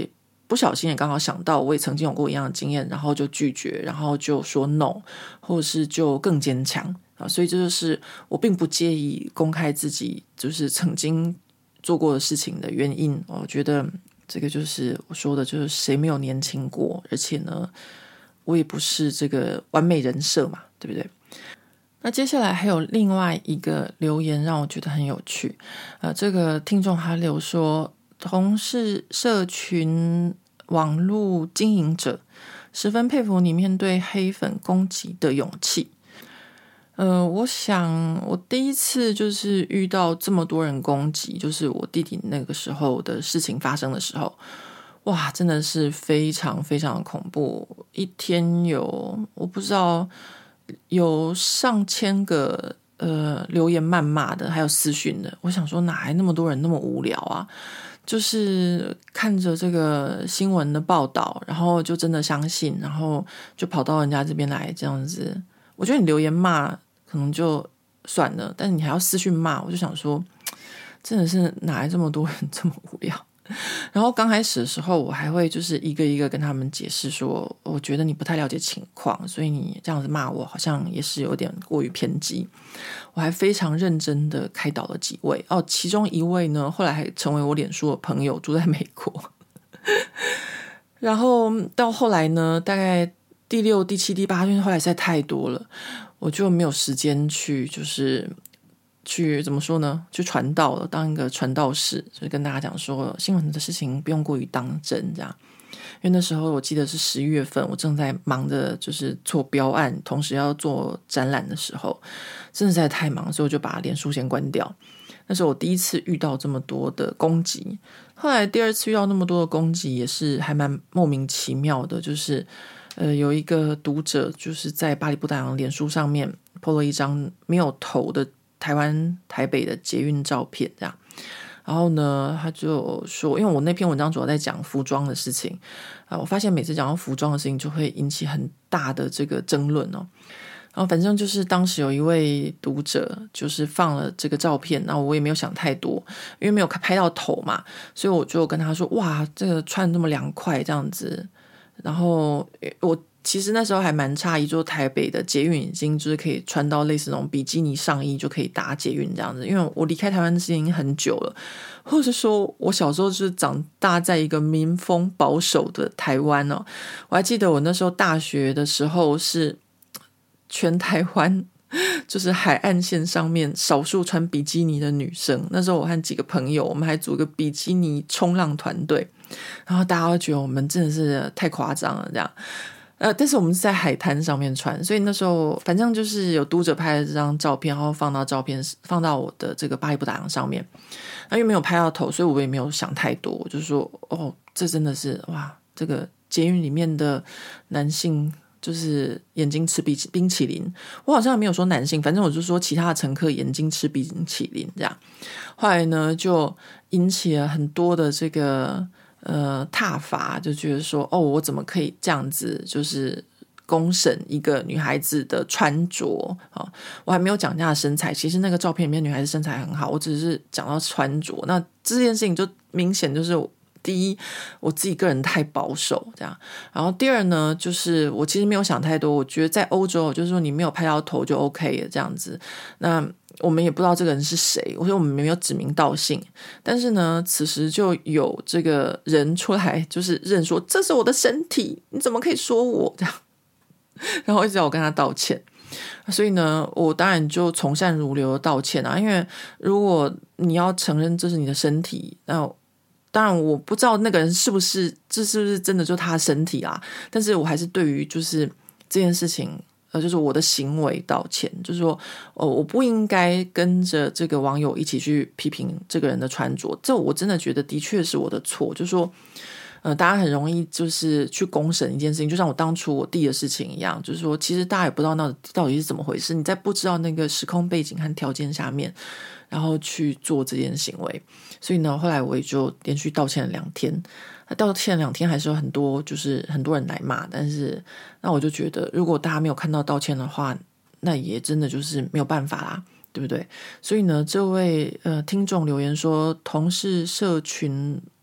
不小心也刚好想到我也曾经有过一样的经验，然后就拒绝，然后就说 no， 或者是就更坚强啊，所以这就是我并不介意公开自己就是曾经做过的事情的原因。我觉得这个就是我说的，就是谁没有年轻过，而且呢我也不是这个完美人设嘛，对不对？那接下来还有另外一个留言让我觉得很有趣，呃，这个听众他留说，同是社群网络经营者，十分佩服你面对黑粉攻击的勇气。呃，我想我第一次就是遇到这么多人攻击，就是我弟弟那个时候的事情发生的时候，哇，真的是非常非常恐怖。一天有我不知道有上千个呃留言谩骂的，还有私讯的。我想说哪来那么多人那么无聊啊？就是看着这个新闻的报道，然后就真的相信，然后就跑到人家这边来这样子。我觉得你留言骂可能就算了，但是你还要私讯骂，我就想说真的是哪来这么多人这么无聊。然后刚开始的时候我还会就是一个一个跟他们解释说，我觉得你不太了解情况，所以你这样子骂我好像也是有点过于偏激。我还非常认真的开导了几位哦，其中一位呢后来还成为我脸书的朋友，住在美国。然后到后来呢，大概第六第七第八，因为后来实在太多了，我就没有时间去就是去怎么说呢，去传道了，当一个传道士，就是跟大家讲说新闻的事情不用过于当真这样。因为那时候我记得是十一月份，我正在忙着就是做标案，同时要做展览的时候，真的实在太忙，所以我就把脸书先关掉。那是我第一次遇到这么多的攻击，后来第二次遇到那么多的攻击也是还蛮莫名其妙的，就是呃，有一个读者就是在巴黎布达洋脸书上面 po 了一张没有头的台湾台北的捷运照片这样。然后呢他就说，因为我那篇文章主要在讲服装的事情啊，我发现每次讲到服装的事情就会引起很大的这个争论哦。然后反正就是当时有一位读者就是放了这个照片，那我也没有想太多，因为没有拍到头嘛，所以我就跟他说，哇，这个穿这么凉快这样子。然后我其实那时候还蛮诧异，就台北的捷运已经就是可以穿到类似那种比基尼上衣就可以搭捷运这样子，因为我离开台湾的时间已经很久了，或者说我小时候就是长大在一个民风保守的台湾哦。我还记得我那时候大学的时候是全台湾就是海岸线上面少数穿比基尼的女生，那时候我和几个朋友我们还组个比基尼冲浪团队，然后大家都觉得我们真的是太夸张了这样。呃，但是我们是在海滩上面穿，所以那时候反正就是有读者拍了这张照片，然后放到照片放到我的这个巴黎布达洋上面。那因为没有拍到头，所以我也没有想太多，我就说哦，这真的是哇，这个捷运里面的男性就是眼睛吃冰淇淋，我好像没有说男性，反正我就说其他的乘客眼睛吃冰淇淋这样。后来呢就引起了很多的这个呃挞伐，就觉得说哦，我怎么可以这样子就是公审一个女孩子的穿着啊？我还没有讲人家的身材，其实那个照片里面女孩子身材很好，我只是讲到穿着，那这件事情就明显就是第一，我自己个人太保守这样，然后第二呢，就是我其实没有想太多，我觉得在欧洲就是说你没有拍到头就 OK 了这样子，那我们也不知道这个人是谁，我说我们没有指名道姓，但是呢此时就有这个人出来就是认说这是我的身体，你怎么可以说我这样，然后一直要我跟他道歉。所以呢我当然就从善如流的道歉啊，因为如果你要承认这是你的身体，那当然我不知道那个人是不是这是不是真的就他的身体啊，但是我还是对于就是这件事情呃，就是我的行为道歉，就是说哦，我不应该跟着这个网友一起去批评这个人的穿着，这我真的觉得的确是我的错，就是说呃，大家很容易就是去公审一件事情，就像我当初我弟的事情一样，就是说其实大家也不知道那到底是怎么回事，你在不知道那个时空背景和条件下面然后去做这件行为，所以呢后来我也就连续道歉了两天，道歉两天还是有很多就是很多人来骂，但是那我就觉得如果大家没有看到道歉的话，那也真的就是没有办法啦，对不对？所以呢这位呃听众留言说，同是社群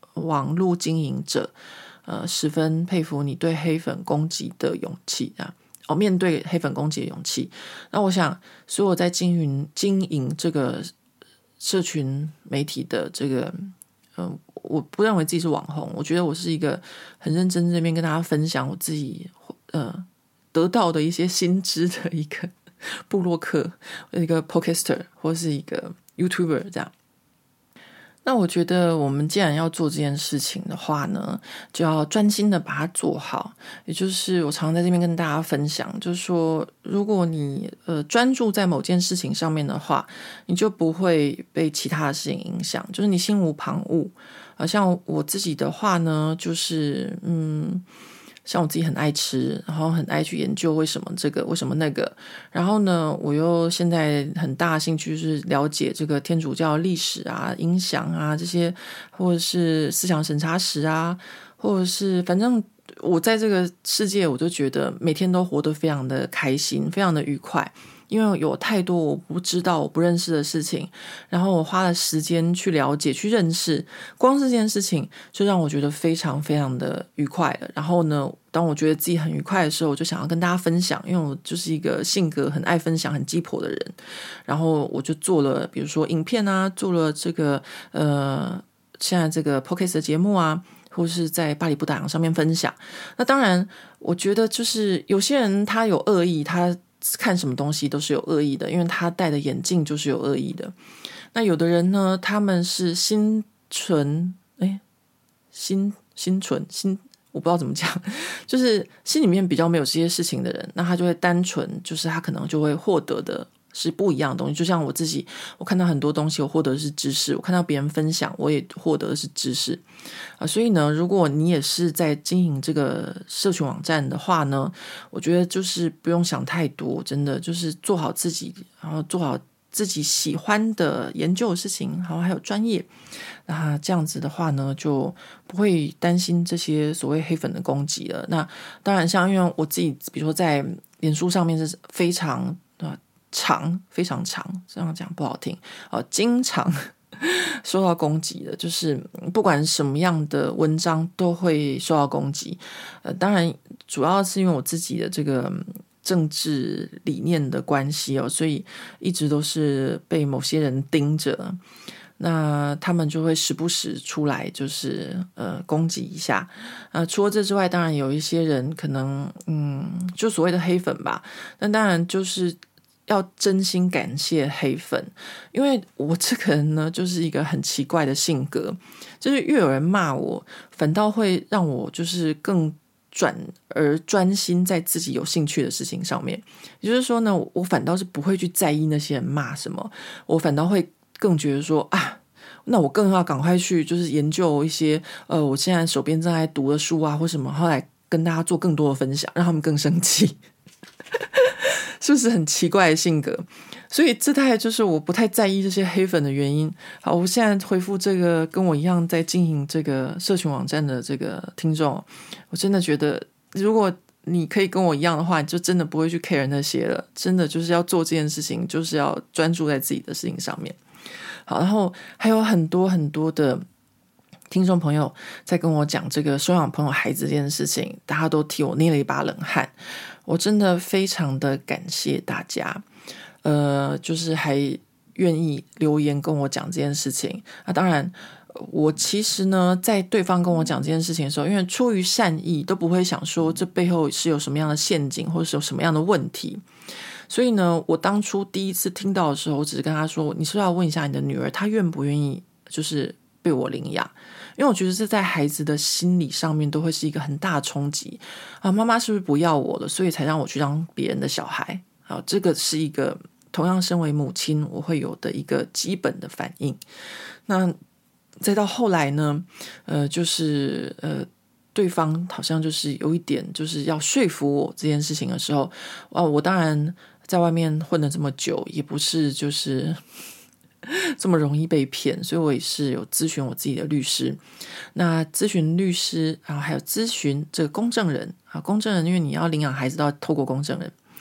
网络经营者，呃，十分佩服你对黑粉攻击的勇气啊！哦，面对黑粉攻击的勇气。那我想，所有在经营经营这个社群媒体的这个，嗯、呃，我不认为自己是网红，我觉得我是一个很认真这边跟大家分享我自己呃得到的一些新知的一个部落客，一个 podcaster 或是一个 YouTuber 这样。那我觉得我们既然要做这件事情的话呢，就要专心的把它做好。也就是我常常在这边跟大家分享，就是说如果你呃专注在某件事情上面的话，你就不会被其他的事情影响，就是你心无旁骛。呃、像我自己的话呢，就是嗯像我自己很爱吃，然后很爱去研究为什么这个为什么那个，然后呢我又现在很大的兴趣是了解这个天主教历史啊、影响啊这些，或者是思想审查史啊，或者是反正我在这个世界我就觉得每天都活得非常的开心，非常的愉快，因为有太多我不知道我不认识的事情，然后我花了时间去了解去认识，光是这件事情就让我觉得非常非常的愉快了。然后呢当我觉得自己很愉快的时候，我就想要跟大家分享，因为我就是一个性格很爱分享很鸡婆的人，然后我就做了比如说影片啊，做了这个呃现在这个 podcast 的节目啊，或是在巴黎布达洋上面分享。那当然我觉得就是有些人他有恶意，他看什么东西都是有恶意的，因为他戴的眼镜就是有恶意的。那有的人呢，他们是心纯诶心心纯心我不知道怎么讲，就是心里面比较没有这些事情的人，那他就会单纯，就是他可能就会获得的是不一样的东西。就像我自己，我看到很多东西我获得的是知识，我看到别人分享我也获得的是知识啊。所以呢，如果你也是在经营这个社群网站的话呢，我觉得就是不用想太多，真的就是做好自己，然后做好自己喜欢的研究的事情，然后还有专业，那这样子的话呢，就不会担心这些所谓黑粉的攻击了。那当然像因为我自己比如说在脸书上面是非常长非常长，这样讲不好听、呃、经常受到攻击的，就是不管什么样的文章都会受到攻击。呃，当然主要是因为我自己的这个政治理念的关系哦，所以一直都是被某些人盯着，那他们就会时不时出来就是呃攻击一下。呃，除了这之外，当然有一些人可能嗯就所谓的黑粉吧，那当然就是要真心感谢黑粉，因为我这个人呢就是一个很奇怪的性格，就是越有人骂我，反倒会让我就是更转而专心在自己有兴趣的事情上面。也就是说呢，我反倒是不会去在意那些人骂什么，我反倒会更觉得说啊，那我更要赶快去就是研究一些呃我现在手边正在读的书啊或什么，后来跟大家做更多的分享，让他们更生气。是不是很奇怪的性格？所以这大概就是我不太在意这些黑粉的原因。好，我现在回复这个跟我一样在经营这个社群网站的这个听众，我真的觉得如果你可以跟我一样的话，你就真的不会去 care 那些了，真的就是要做这件事情，就是要专注在自己的事情上面。好，然后还有很多很多的听众朋友在跟我讲这个收养朋友孩子这件事情，大家都替我捏了一把冷汗，我真的非常的感谢大家，呃，就是还愿意留言跟我讲这件事情。那、啊、当然我其实呢在对方跟我讲这件事情的时候，因为出于善意都不会想说这背后是有什么样的陷阱或者是有什么样的问题，所以呢我当初第一次听到的时候，我只是跟他说，你是不是要问一下你的女儿她愿不愿意就是被我领养，因为我觉得这在孩子的心理上面都会是一个很大的冲击啊！妈妈是不是不要我了，所以才让我去当别人的小孩啊？这个是一个同样身为母亲我会有的一个基本的反应。那再到后来呢，呃，就是呃，对方好像就是有一点就是要说服我这件事情的时候，啊，我当然在外面混了这么久，也不是就是这么容易被骗，所以我也是有咨询我自己的律师。那咨询律师，然后还有咨询这个公证人啊，公证人因为你要领养孩子都要透过公证人。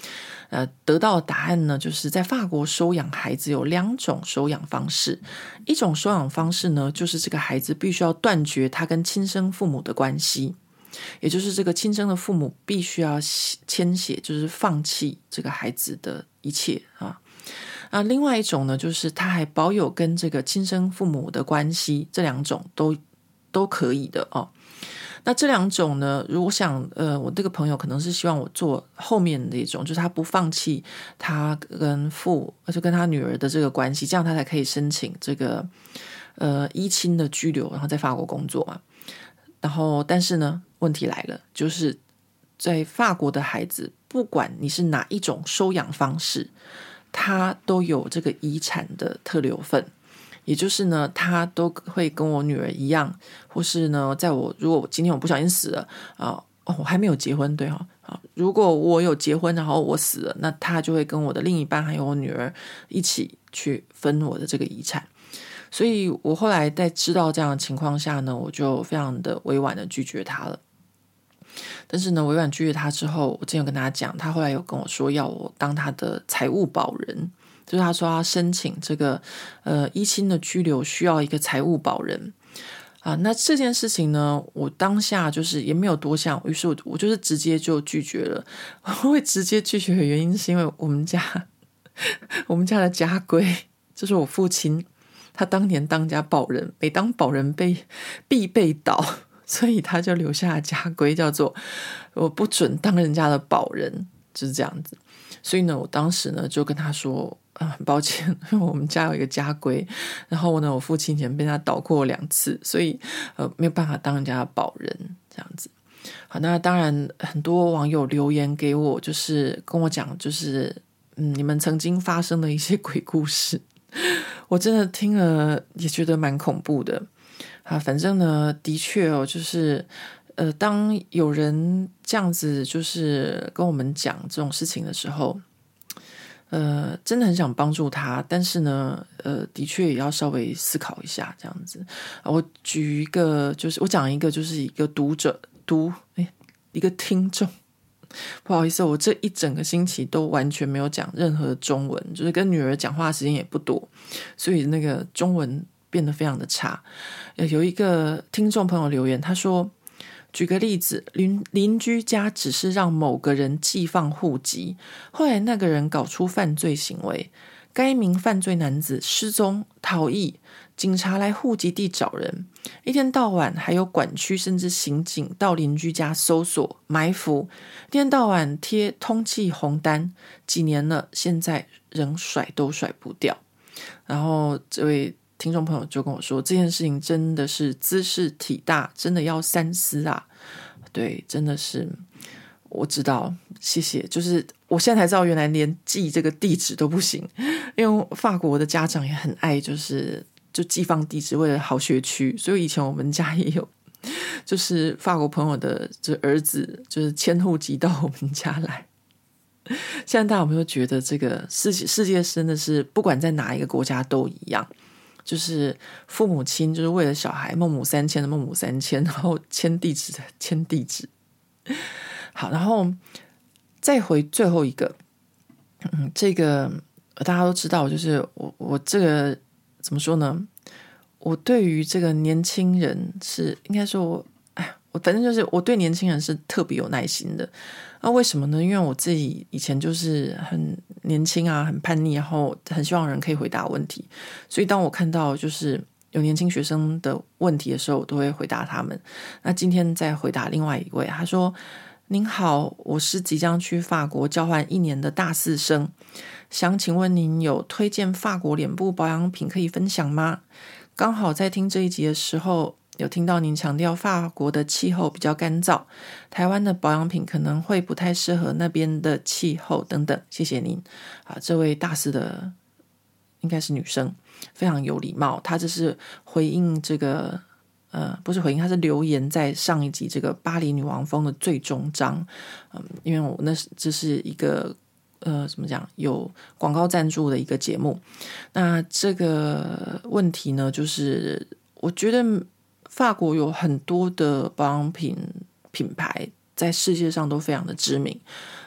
呃，得到的答案呢，就是在法国收养孩子有两种收养方式。一种收养方式呢，就是这个孩子必须要断绝他跟亲生父母的关系，也就是这个亲生的父母必须要签写，就是放弃这个孩子的一切啊。啊，另外一种呢，就是他还保有跟这个亲生父母的关系，这两种都都可以的哦。那这两种呢，如果想呃，我这个朋友可能是希望我做后面的一种，就是他不放弃他跟父，就跟他女儿的这个关系，这样他才可以申请这个呃依亲的居留，然后在法国工作嘛。然后，但是呢，问题来了，就是在法国的孩子，不管你是哪一种收养方式，他都有这个遗产的特留份。也就是呢，他都会跟我女儿一样，或是呢，在我如果今天我不小心死了啊、哦，我还没有结婚，对哈、哦、啊，如果我有结婚，然后我死了，那他就会跟我的另一半还有我女儿一起去分我的这个遗产。所以我后来在知道这样的情况下呢，我就非常的委婉的拒绝他了。但是呢，委婉拒绝他之后，我之前有跟他讲，他后来有跟我说要我当他的财务保人。就是他说他申请这个呃依亲的居留需要一个财务保人啊，那这件事情呢，我当下就是也没有多想，于是我我就是直接就拒绝了。我会直接拒绝的原因是因为我们家我们家的家规，就是我父亲他当年当家保人，每当保人被必被倒，所以他就留下了家规，叫做我不准当人家的保人，就是这样子。所以呢，我当时呢就跟他说啊，很抱歉，因为我们家有一个家规，然后呢，我父亲以前被他倒过两次，所以呃没有办法当人家的保人这样子。好，那当然很多网友留言给我，就是跟我讲，就是嗯，你们曾经发生的一些鬼故事，我真的听了也觉得蛮恐怖的啊。反正呢，的确哦，就是。呃，当有人这样子就是跟我们讲这种事情的时候，呃，真的很想帮助他，但是呢，呃，的确也要稍微思考一下这样子。我举一个，就是我讲一个，就是一个读者读，哎，一个听众。不好意思，我这一整个星期都完全没有讲任何的中文，就是跟女儿讲话的时间也不多，所以那个中文变得非常的差。有一个听众朋友留言，他说。举个例子，邻邻居家只是让某个人寄放户籍，后来那个人搞出犯罪行为，该名犯罪男子失踪逃逸，警察来户籍地找人，一天到晚还有管区甚至刑警到邻居家搜索埋伏，一天到晚贴通缉红单，几年了，现在仍甩都甩不掉。然后这位听众朋友就跟我说，这件事情真的是姿势体大，真的要三思啊。对，真的是我知道，谢谢。就是我现在才知道，原来连寄这个地址都不行，因为法国的家长也很爱，就是就寄放地址，为了好学区。所以以前我们家也有，就是法国朋友的这儿子，就是迁户籍到我们家来。现在大家有没有觉得，这个世世界真的是不管在哪一个国家都一样？就是父母亲就是为了小孩孟母三迁的孟母三迁，然后迁地址的迁地址。好，然后再回最后一个，嗯，这个大家都知道，就是我我这个怎么说呢？我对于这个年轻人是应该说我，哎，我反正就是我对年轻人是特别有耐心的。那为什么呢？因为我自己以前就是很年轻啊，很叛逆，然后很希望人可以回答问题，所以当我看到就是有年轻学生的问题的时候，我都会回答他们。那今天再回答另外一位，他说：您好，我是即将去法国交换一年的大四生，想请问您有推荐法国脸部保养品可以分享吗？刚好在听这一集的时候有听到您强调法国的气候比较干燥，台湾的保养品可能会不太适合那边的气候等等，谢谢您。啊，这位大四的应该是女生，非常有礼貌，她这是回应这个呃，不是回应，她是留言在上一集这个巴黎女王风的最终章。嗯，因为我那这是一个呃，怎么讲，有广告赞助的一个节目。那这个问题呢，就是我觉得法国有很多的保养品品牌在世界上都非常的知名，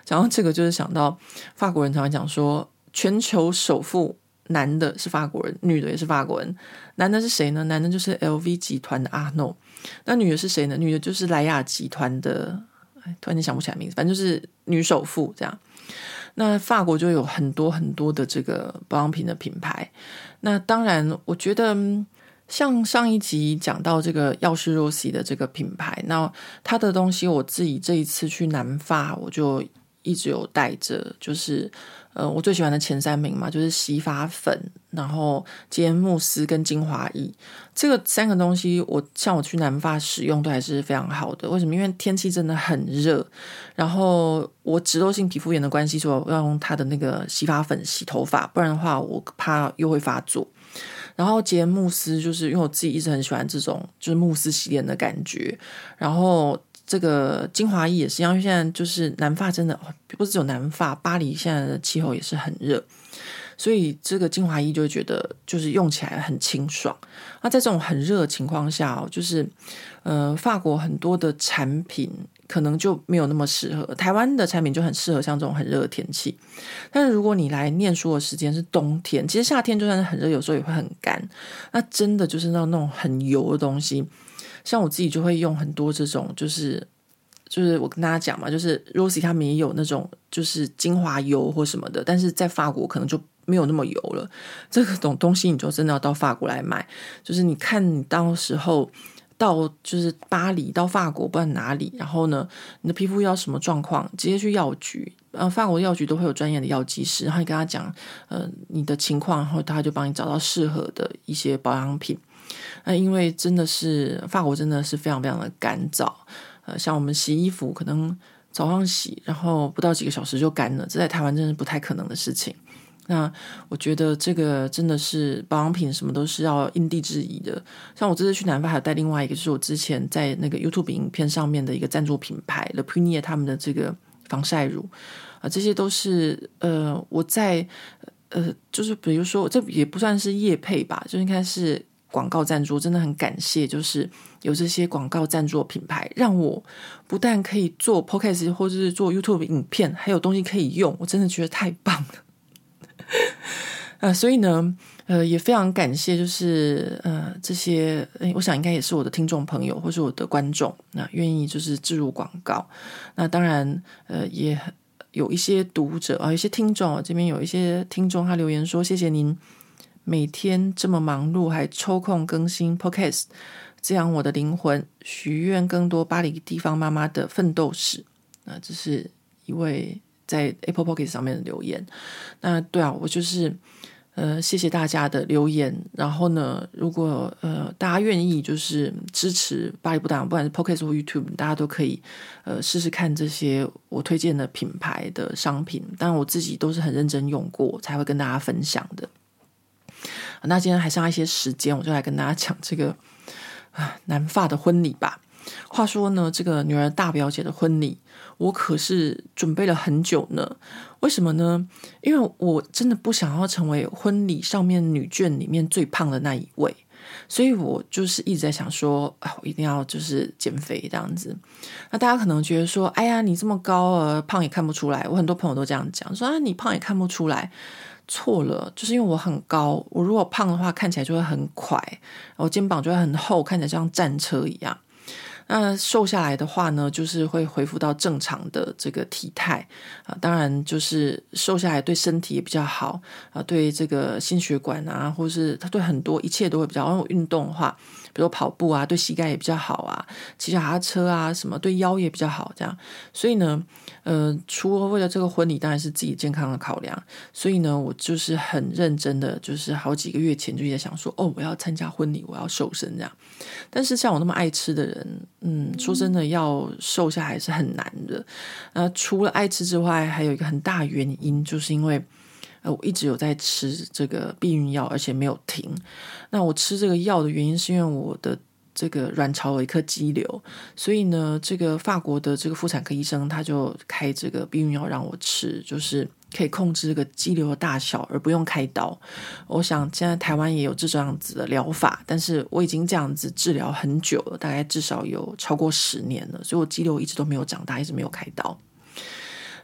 讲到这个就是想到法国人常常讲说全球首富男的是法国人，女的也是法国人。男的是谁呢？男的就是 L V 集团的阿诺，那女的是谁呢？女的就是莱雅集团的，突然间想不起来名字，反正就是女首富这样。那法国就有很多很多的这个保养品的品牌。那当然我觉得像上一集讲到这个药师 Rossi 的这个品牌，那它的东西我自己这一次去南法我就一直有带着，就是呃我最喜欢的前三名嘛，就是洗发粉，然后洁颜慕斯跟精华液，这个三个东西我像我去南法使用都还是非常好的。为什么？因为天气真的很热，然后我脂漏性皮肤炎的关系，所以我要用它的那个洗发粉洗头发，不然的话我怕又会发作。然后洁颜慕斯就是因为我自己一直很喜欢这种就是慕斯洗脸的感觉，然后这个精华液也是一样，因为现在就是南法真的不是只有南法，巴黎现在的气候也是很热，所以这个精华液就会觉得就是用起来很清爽。那在这种很热的情况下，就是呃法国很多的产品可能就没有那么适合，台湾的产品就很适合像这种很热的天气。但是如果你来念书的时间是冬天，其实夏天就算是很热有时候也会很干，那真的就是那种那种很油的东西，像我自己就会用很多这种就是就是我跟大家讲嘛，就是 Rossi 他们也有那种就是精华油或什么的，但是在法国可能就没有那么油了，这种东西你就真的要到法国来买。就是你看你到时候到就是巴黎到法国不管哪里，然后呢你的皮肤要什么状况，直接去药局，呃，法国药局都会有专业的药剂师，然后你跟他讲呃你的情况，然后他就帮你找到适合的一些保养品。那因为真的是法国真的是非常非常的干燥，呃，像我们洗衣服可能早上洗，然后不到几个小时就干了，这在台湾真是不太可能的事情。那我觉得这个真的是保养品什么都是要因地制宜的。像我这次去南法还有带另外一个，就是我之前在那个 YouTube 影片上面的一个赞助品牌 Le Prunier 他们的这个防晒乳啊、呃，这些都是呃我在呃就是比如说这也不算是业配吧，就应该是广告赞助，真的很感谢就是有这些广告赞助的品牌，让我不但可以做 Podcast 或者是做 YouTube 影片，还有东西可以用，我真的觉得太棒了。呃，所以呢，呃，也非常感谢，就是呃这些，我想应该也是我的听众朋友或是我的观众，那愿意就是置入广告。那当然，呃，也有一些读者啊，有一些听众啊，这边有一些听众他留言说，谢谢您每天这么忙碌，还抽空更新 Podcast， 这样我的灵魂，许愿更多巴黎地方妈妈的奋斗史。那这是一位在 Apple Podcast 上面的留言。那对啊，我就是呃谢谢大家的留言。然后呢，如果呃大家愿意就是支持巴黎不打烊，不管是 Podcast 或 YouTube， 大家都可以呃试试看这些我推荐的品牌的商品。当然我自己都是很认真用过才会跟大家分享的。那今天还剩下一些时间，我就来跟大家讲这个啊南法的婚礼吧。话说呢，这个女儿大表姐的婚礼，我可是准备了很久呢。为什么呢？因为我真的不想要成为婚礼上面女眷里面最胖的那一位，所以我就是一直在想说，啊，我一定要就是减肥这样子。那大家可能觉得说，哎呀，你这么高啊，胖也看不出来。我很多朋友都这样讲，说啊，你胖也看不出来。错了，就是因为我很高，我如果胖的话，看起来就会很快，我肩膀就会很厚，看起来像战车一样。那瘦下来的话呢，就是会恢复到正常的这个体态啊。当然，就是瘦下来对身体也比较好啊，对这个心血管啊，或是它对很多一切都会比较好。因为运动的话，比如跑步啊，对膝盖也比较好啊，骑脚踏车啊，什么对腰也比较好。这样，所以呢，呃，除了为了这个婚礼，当然是自己健康的考量。所以呢，我就是很认真的，就是好几个月前就在想说，哦，我要参加婚礼，我要瘦身这样。但是像我那么爱吃的人，嗯，说真的，要瘦下来是很难的。呃，除了爱吃之外，还有一个很大原因，就是因为呃，我一直有在吃这个避孕药，而且没有停。那我吃这个药的原因，是因为我的这个卵巢有一颗肌瘤，所以呢，这个法国的这个妇产科医生他就开这个避孕药让我吃，就是可以控制这个肌瘤的大小，而不用开刀。我想现在台湾也有这样子的疗法，但是我已经这样子治疗很久了，大概至少有超过十年了，所以我肌瘤一直都没有长大，一直没有开刀。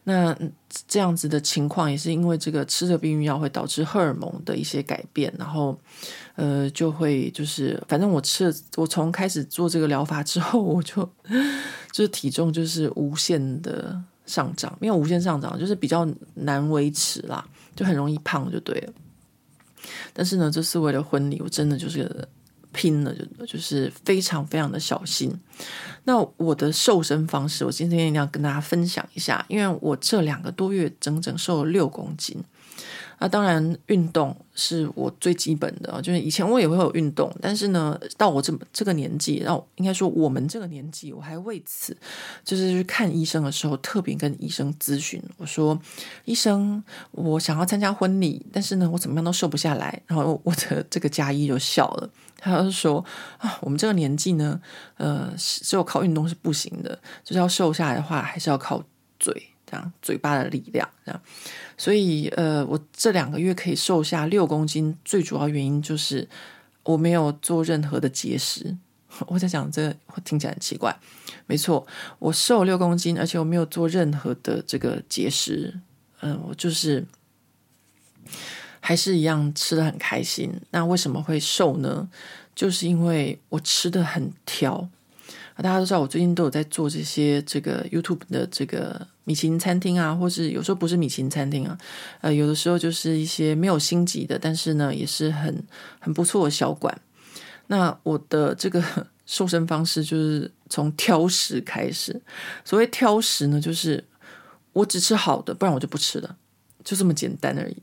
那这样子的情况也是因为这个吃的避孕药会导致荷尔蒙的一些改变，然后呃就会就是反正我吃了，我从开始做这个疗法之后，我就就是体重就是无限的上涨，没有无限上涨，就是比较难维持啦，就很容易胖就对了。但是呢，这次为了婚礼，我真的就是拼了，就就是非常非常的小心。那我的瘦身方式，我今天一定要跟大家分享一下，因为我这两个多月整整瘦了六公斤。啊，当然运动是我最基本的，就是以前我也会有运动，但是呢，到我这这个年纪，然后应该说我们这个年纪，我还为此就是去看医生的时候，特别跟医生咨询，我说医生，我想要参加婚礼，但是呢，我怎么样都瘦不下来。然后我的这个家医就笑了，他就说啊，我们这个年纪呢，呃，只有靠运动是不行的，就是要瘦下来的话，还是要靠嘴。这样嘴巴的力量，这样，所以呃，我这两个月可以瘦下六公斤，最主要原因就是我没有做任何的节食。我在讲这个听起来很奇怪，没错，我瘦六公斤，而且我没有做任何的这个节食，嗯、呃，我就是还是一样吃得很开心。那为什么会瘦呢？就是因为我吃得很挑。大家都知道我最近都有在做这些这个 YouTube 的这个米其林餐厅啊，或是有时候不是米其林餐厅啊，呃，有的时候就是一些没有星级的，但是呢也是很很不错的小馆。那我的这个瘦身方式就是从挑食开始。所谓挑食呢，就是我只吃好的，不然我就不吃了，就这么简单而已。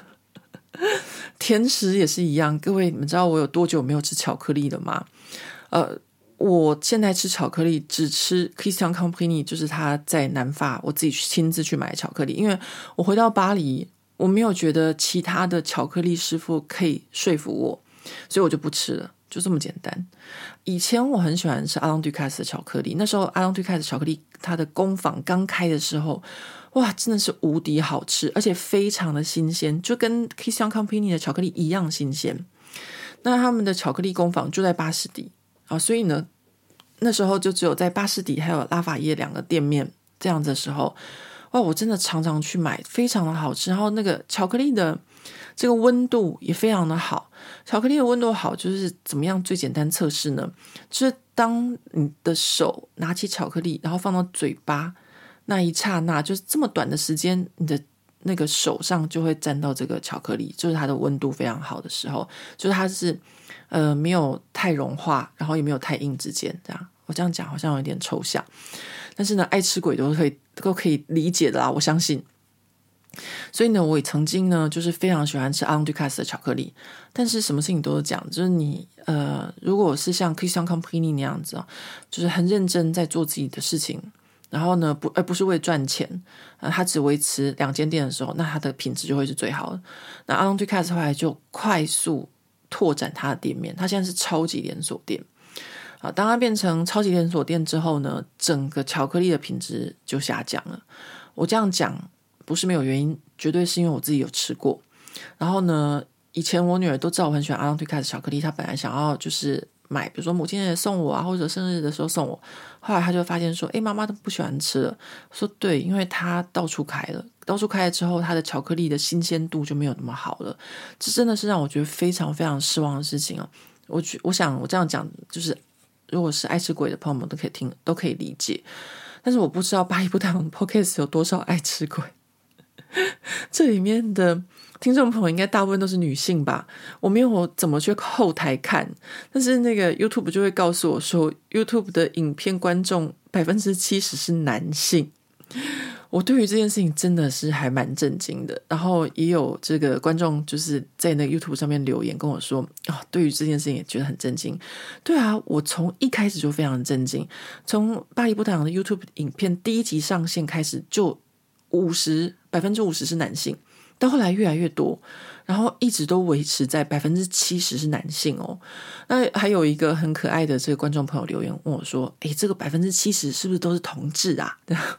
甜食也是一样，各位你们知道我有多久没有吃巧克力了吗？呃。我现在吃巧克力只吃 Christian Company， 就是他在南法我自己亲自去买巧克力，因为我回到巴黎我没有觉得其他的巧克力师傅可以说服我，所以我就不吃了，就这么简单。以前我很喜欢吃阿朗杜卡斯的巧克力，那时候阿朗杜卡斯巧克力它的工坊刚开的时候，哇，真的是无敌好吃，而且非常的新鲜，就跟 Christian Company 的巧克力一样新鲜。那他们的巧克力工坊就在巴士底啊，所以呢那时候就只有在巴士底还有拉法叶两个店面这样子的时候，哇，我真的常常去买，非常的好吃。然后那个巧克力的这个温度也非常的好。巧克力的温度好就是怎么样最简单测试呢？就是当你的手拿起巧克力然后放到嘴巴那一刹那，就是这么短的时间，你的那个手上就会沾到这个巧克力，就是它的温度非常好的时候，就是它是呃没有太融化，然后也没有太硬之间这样。我这样讲好像有点抽象，但是呢，爱吃鬼都可以都可以理解的啦，我相信。所以呢，我也曾经呢，就是非常喜欢吃阿朗杜卡斯的巧克力，但是什么事情都是讲，就是你呃，如果是像 Christian Company 那样子啊，就是很认真在做自己的事情，然后呢，不而不是为赚钱，呃，他只维持两间店的时候，那它的品质就会是最好的。那阿朗杜卡斯后来就快速拓展它的店面，它现在是超级连锁店。啊，当它变成超级连锁店之后呢，整个巧克力的品质就下降了。我这样讲不是没有原因，绝对是因为我自己有吃过。然后呢，以前我女儿都知道我很喜欢阿朗杜卡斯巧克力，她本来想要就是买，比如说母亲节送我啊，或者生日的时候送我。后来她就发现说，诶，妈妈都不喜欢吃了。我说对，因为她到处开了，到处开了之后，它的巧克力的新鲜度就没有那么好了。这真的是让我觉得非常非常失望的事情啊！我我想我这样讲就是。如果是爱吃鬼的朋友们都可以听，都可以理解。但是我不知道巴黎不堂 Podcast 有多少爱吃鬼，这里面的听众朋友应该大部分都是女性吧？我没有怎么去后台看，但是那个 YouTube 就会告诉我说 YouTube 的影片观众 百分之七十 是男性。我对于这件事情真的是还蛮震惊的，然后也有这个观众就是在那个 YouTube 上面留言跟我说啊、哦，对于这件事情也觉得很震惊。对啊，我从一开始就非常震惊，从巴黎不堂的 YouTube 影片第一集上线开始就五十百分之五十是男性，到后来越来越多，然后一直都维持在百分之七十是男性哦。那还有一个很可爱的这个观众朋友留言问我说：“诶，这个百分之七十是不是都是同志啊？”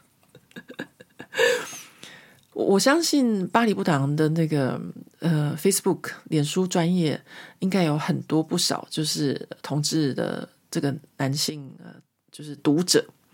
我相信巴黎不堂的那个呃 Facebook 脸书专页应该有很多不少就是同志的这个男性呃就是读者。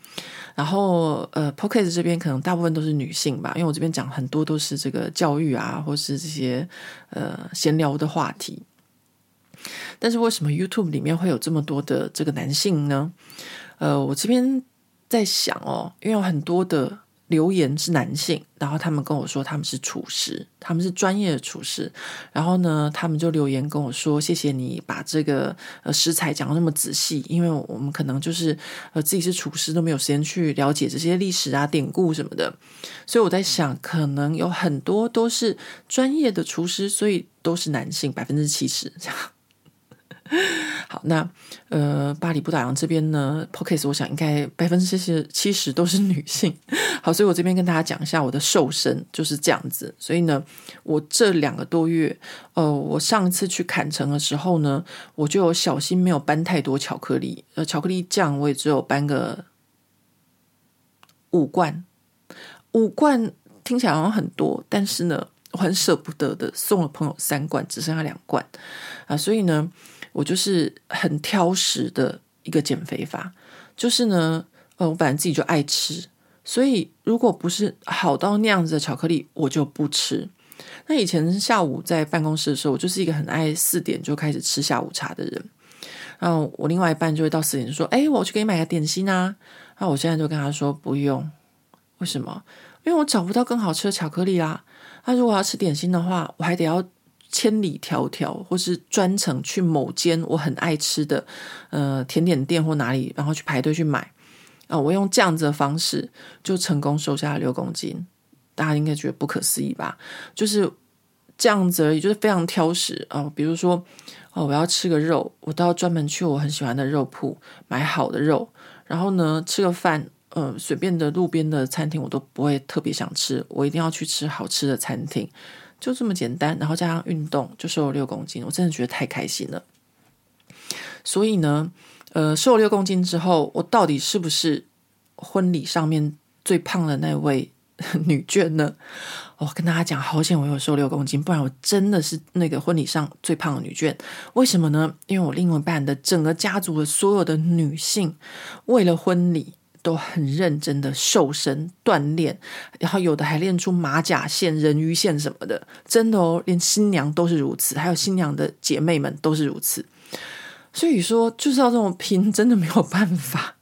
然后呃 Podcast 这边可能大部分都是女性吧，因为我这边讲很多都是这个教育啊，或是这些呃闲聊的话题。但是为什么 YouTube 里面会有这么多的这个男性呢？呃，我这边在想哦，因为有很多的留言是男性，然后他们跟我说他们是厨师，他们是专业的厨师，然后呢，他们就留言跟我说，谢谢你把这个呃食材讲得那么仔细，因为我们可能就是呃自己是厨师都没有时间去了解这些历史啊典故什么的，所以我在想，可能有很多都是专业的厨师，所以都是男性，百分之七十这样。好，那呃，巴黎不打烊这边呢 ，Podcast 我想应该百分之七十七十都是女性。好，所以我这边跟大家讲一下我的瘦身就是这样子。所以呢，我这两个多月，呃，我上一次去坎城的时候呢，我就有小心没有搬太多巧克力，呃，巧克力酱我也只有搬个五罐，五罐听起来好像很多，但是呢，我很舍不得的送了朋友三罐，只剩下两罐啊，所以呢。我就是很挑食的一个减肥法，就是呢，呃，我本来自己就爱吃，所以如果不是好到那样子的巧克力，我就不吃。那以前下午在办公室的时候，我就是一个很爱四点就开始吃下午茶的人。然后我另外一半就会到四点就说：“哎，我去给你买个点心啊。”那我现在就跟他说不用，为什么？因为我找不到更好吃的巧克力啦。那如果要吃点心的话，我还得要。千里迢迢或是专程去某间我很爱吃的呃甜点店或哪里，然后去排队去买啊、呃，我用这样子的方式就成功瘦下了六公斤，大家应该觉得不可思议吧？就是这样子而已，就是非常挑食啊、呃。比如说哦，我要吃个肉，我都要专门去我很喜欢的肉铺买好的肉，然后呢吃个饭，呃，随便的路边的餐厅我都不会特别想吃，我一定要去吃好吃的餐厅。就这么简单，然后加上运动就瘦了六公斤，我真的觉得太开心了。所以呢，呃，瘦了六公斤之后，我到底是不是婚礼上面最胖的那位女眷呢？我、哦、跟大家讲，好险我有瘦六公斤，不然我真的是那个婚礼上最胖的女眷。为什么呢？因为我另外一半的整个家族的所有的女性，为了婚礼。都很认真的瘦身锻炼，然后有的还练出马甲线、人鱼线什么的，真的哦，连新娘都是如此，还有新娘的姐妹们都是如此。所以说，就是要这么拼，真的没有办法。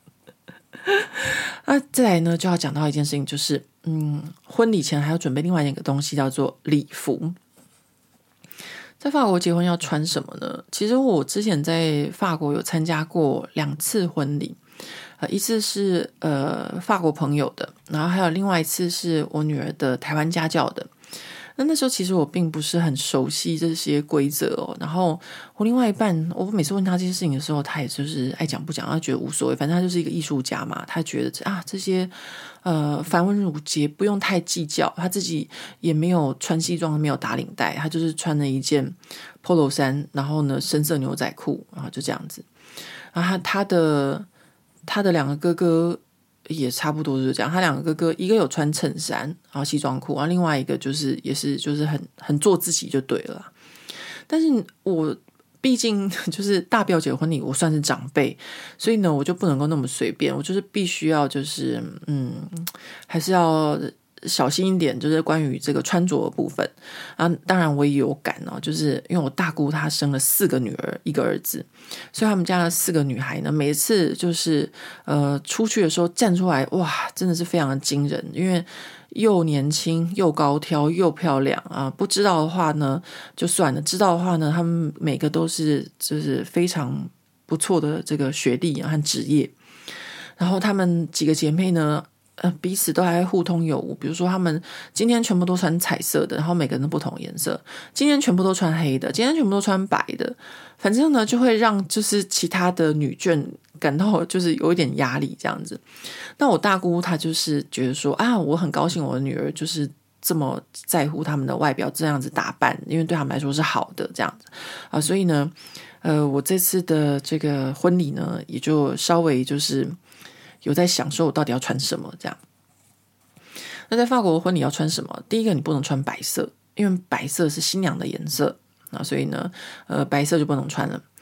那再来呢，就要讲到一件事情，就是嗯，婚礼前还要准备另外一个东西，叫做礼服。在法国结婚要穿什么呢？其实我之前在法国有参加过两次婚礼。呃，一次是呃法国朋友的，然后还有另外一次是我女儿的台湾家教的。那那时候其实我并不是很熟悉这些规则哦。然后我另外一半，我每次问他这些事情的时候，他也就是爱讲不讲，他觉得无所谓，反正他就是一个艺术家嘛，他觉得啊这些呃繁文缛节不用太计较。他自己也没有穿西装，没有打领带，他就是穿了一件 polo 衫，然后呢深色牛仔裤，然后就这样子。然后他他的。他的两个哥哥也差不多就是这样，他两个哥哥一个有穿衬衫，然后西装裤，然后另外一个就是也是就是很很做自己就对了啦。但是我毕竟就是大表姐婚礼，我算是长辈，所以呢我就不能够那么随便，我就是必须要就是嗯还是要小心一点，就是关于这个穿着的部分啊。当然我也有感哦，就是因为我大姑她生了四个女儿一个儿子，所以他们家的四个女孩呢，每次就是呃出去的时候站出来，哇，真的是非常的惊人，因为又年轻又高挑又漂亮啊。不知道的话呢就算了，知道的话呢，他们每个都是就是非常不错的这个学历和职业。然后他们几个姐妹呢呃，彼此都还互通有无，比如说他们今天全部都穿彩色的，然后每个人都不同颜色，今天全部都穿黑的，今天全部都穿白的，反正呢就会让就是其他的女眷感到就是有一点压力这样子。那我大姑她就是觉得说啊，我很高兴我的女儿就是这么在乎他们的外表，这样子打扮，因为对他们来说是好的这样子啊，所以呢呃，我这次的这个婚礼呢也就稍微就是有在想说我到底要穿什么这样。那在法国婚礼要穿什么？第一个你不能穿白色，因为白色是新娘的颜色啊，所以呢呃白色就不能穿了。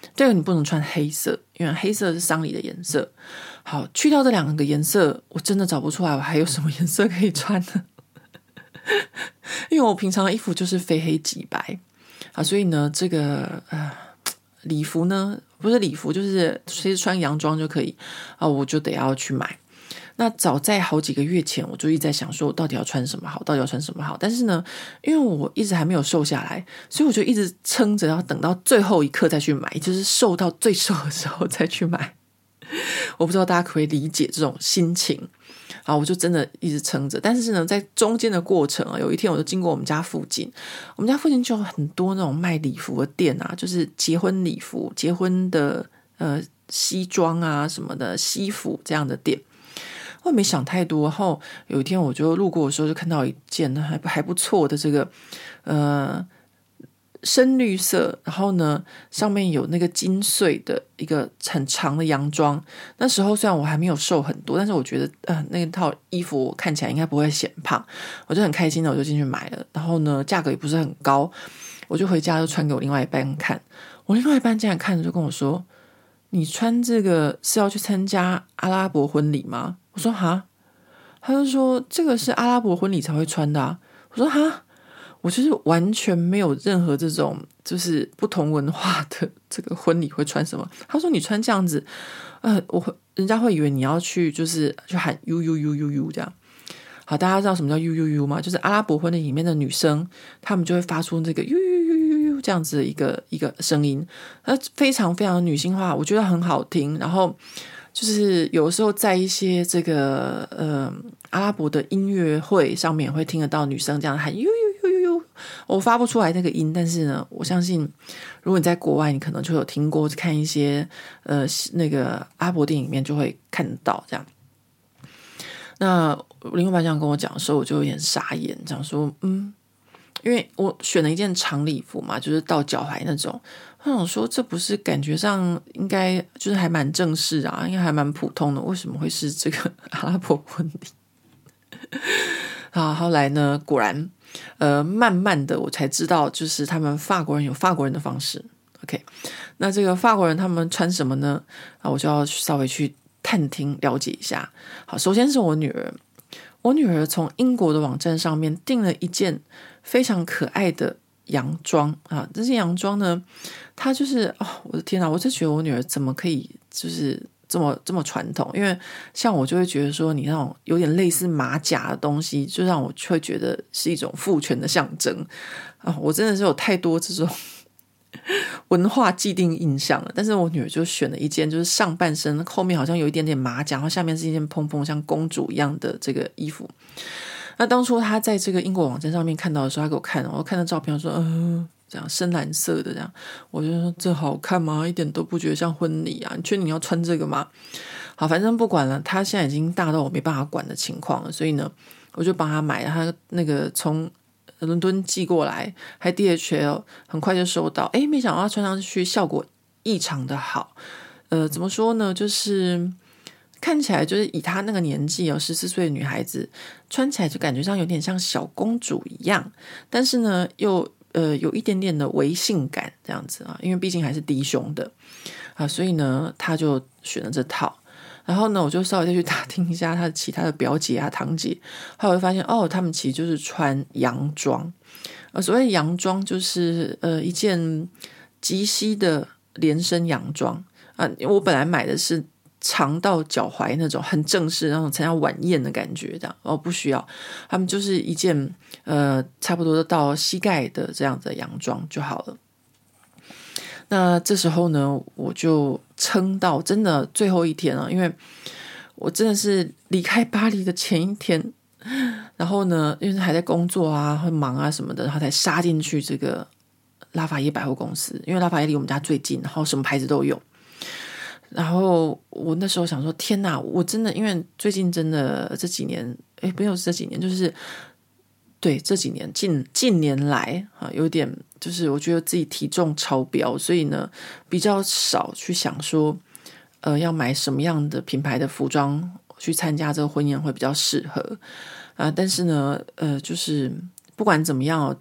第二个你不能穿黑色，因为黑色是丧礼的颜色。好，去掉这两个颜色，我真的找不出来我还有什么颜色可以穿呢？因为我平常的衣服就是非黑即白啊，所以呢，这个呃礼服呢，不是礼服，就是其实穿洋装就可以啊，我就得要去买。那早在好几个月前，我就一直在想说，我到底要穿什么好，到底要穿什么好。但是呢，因为我一直还没有瘦下来，所以我就一直撑着，要等到最后一刻再去买，就是瘦到最瘦的时候再去买。我不知道大家可不可以理解这种心情啊？我就真的一直撑着，但是呢，在中间的过程啊，有一天我就经过我们家附近，我们家附近就有很多那种卖礼服的店啊，就是结婚礼服、结婚的呃西装啊什么的西服这样的店。我也没想太多，然后有一天我就路过的时候，就看到一件还还不错的这个呃深绿色，然后呢上面有那个金穗的一个很长的洋装。那时候虽然我还没有瘦很多，但是我觉得呃那套衣服我看起来应该不会显胖，我就很开心的我就进去买了。然后呢价格也不是很高，我就回家就穿给我另外一半看。我另外一半竟然看着就跟我说：“你穿这个是要去参加阿拉伯婚礼吗？”我说哈，他就说这个是阿拉伯婚礼才会穿的啊。我说哈，我就是完全没有任何这种就是不同文化的这个婚礼会穿什么。他说你穿这样子，呃，我会人家会以为你要去就是去喊 u u u u u 这样。好，大家知道什么叫 u u u 吗？就是阿拉伯婚礼里面的女生，她们就会发出这个 u u u u u 这样子的一个一个声音，它非常非常的女性化，我觉得很好听。然后就是有时候在一些这个呃阿拉伯的音乐会上面会听得到女生这样喊呦呦呦呦呦，我发不出来那个音，但是呢，我相信如果你在国外，你可能就有听过，看一些呃那个阿拉伯电影里面就会看到这样。那另外一半这样跟我讲的时候，我就有点傻眼，讲说嗯，因为我选了一件长礼服嘛，就是到脚踝那种。我想说，这不是感觉上应该就是还蛮正式啊，应该还蛮普通的，为什么会是这个阿拉伯婚礼？好，后来呢，果然，呃，慢慢的我才知道，就是他们法国人有法国人的方式。OK， 那这个法国人他们穿什么呢？啊，我就要稍微去探听了解一下。好，首先是我女儿，我女儿从英国的网站上面订了一件非常可爱的洋装啊，这件洋装呢，它就是哦，我的天哪，我就觉得我女儿怎么可以就是这么这么传统？因为像我就会觉得说，你那种有点类似马甲的东西，就让我会觉得是一种父权的象征啊！我真的是有太多这种文化既定印象了。但是我女儿就选了一件，就是上半身后面好像有一点点马甲，然后下面是一件蓬蓬像公主一样的这个衣服。那当初他在这个英国网站上面看到的时候，他给我看，我看到照片，我说，呃，这样深蓝色的这样，我就说这好看吗？一点都不觉得像婚礼啊！你确定你要穿这个吗？好，反正不管了，他现在已经大到我没办法管的情况了，所以呢，我就帮他买了，他那个从伦敦寄过来，还 D H L 很快就收到，诶，没想到他穿上去效果异常的好。呃，怎么说呢？就是看起来就是以她那个年纪哦，十四岁的女孩子穿起来就感觉上有点像小公主一样，但是呢又呃有一点点的微性感这样子啊，因为毕竟还是低胸的啊，所以呢她就选了这套。然后呢我就稍微再去打听一下她的其他的表姐啊堂姐，后来我就发现哦，他们其实就是穿洋装。呃，所谓洋装就是呃一件及膝的连身洋装啊，我本来买的是长到脚踝那种很正式那种参加晚宴的感觉，这样哦不需要，他们就是一件呃差不多到膝盖的这样子的洋装就好了。那这时候呢，我就撑到真的最后一天了，因为我真的是离开巴黎的前一天，然后呢，因为还在工作啊、很忙啊什么的，然后才杀进去这个拉法叶百货公司，因为拉法叶离我们家最近，然后什么牌子都有。然后我那时候想说，天哪，我真的因为最近真的这几年，诶，没有这几年，就是对这几年近近年来啊，有点就是我觉得自己体重超标，所以呢比较少去想说，呃，要买什么样的品牌的服装去参加这个婚宴会比较适合啊。但是呢，呃，就是不管怎么样，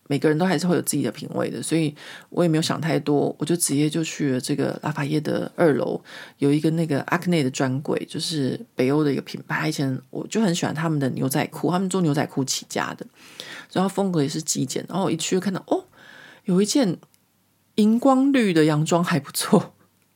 每个人都还是会有自己的品味的，所以我也没有想太多，我就直接就去了这个拉法叶的二楼，有一个那个 Acne 的专柜，就是北欧的一个品牌。以前我就很喜欢他们的牛仔裤，他们做牛仔裤起家的，然后风格也是极简。然后我一去就看到哦，有一件荧光绿的洋装还不错。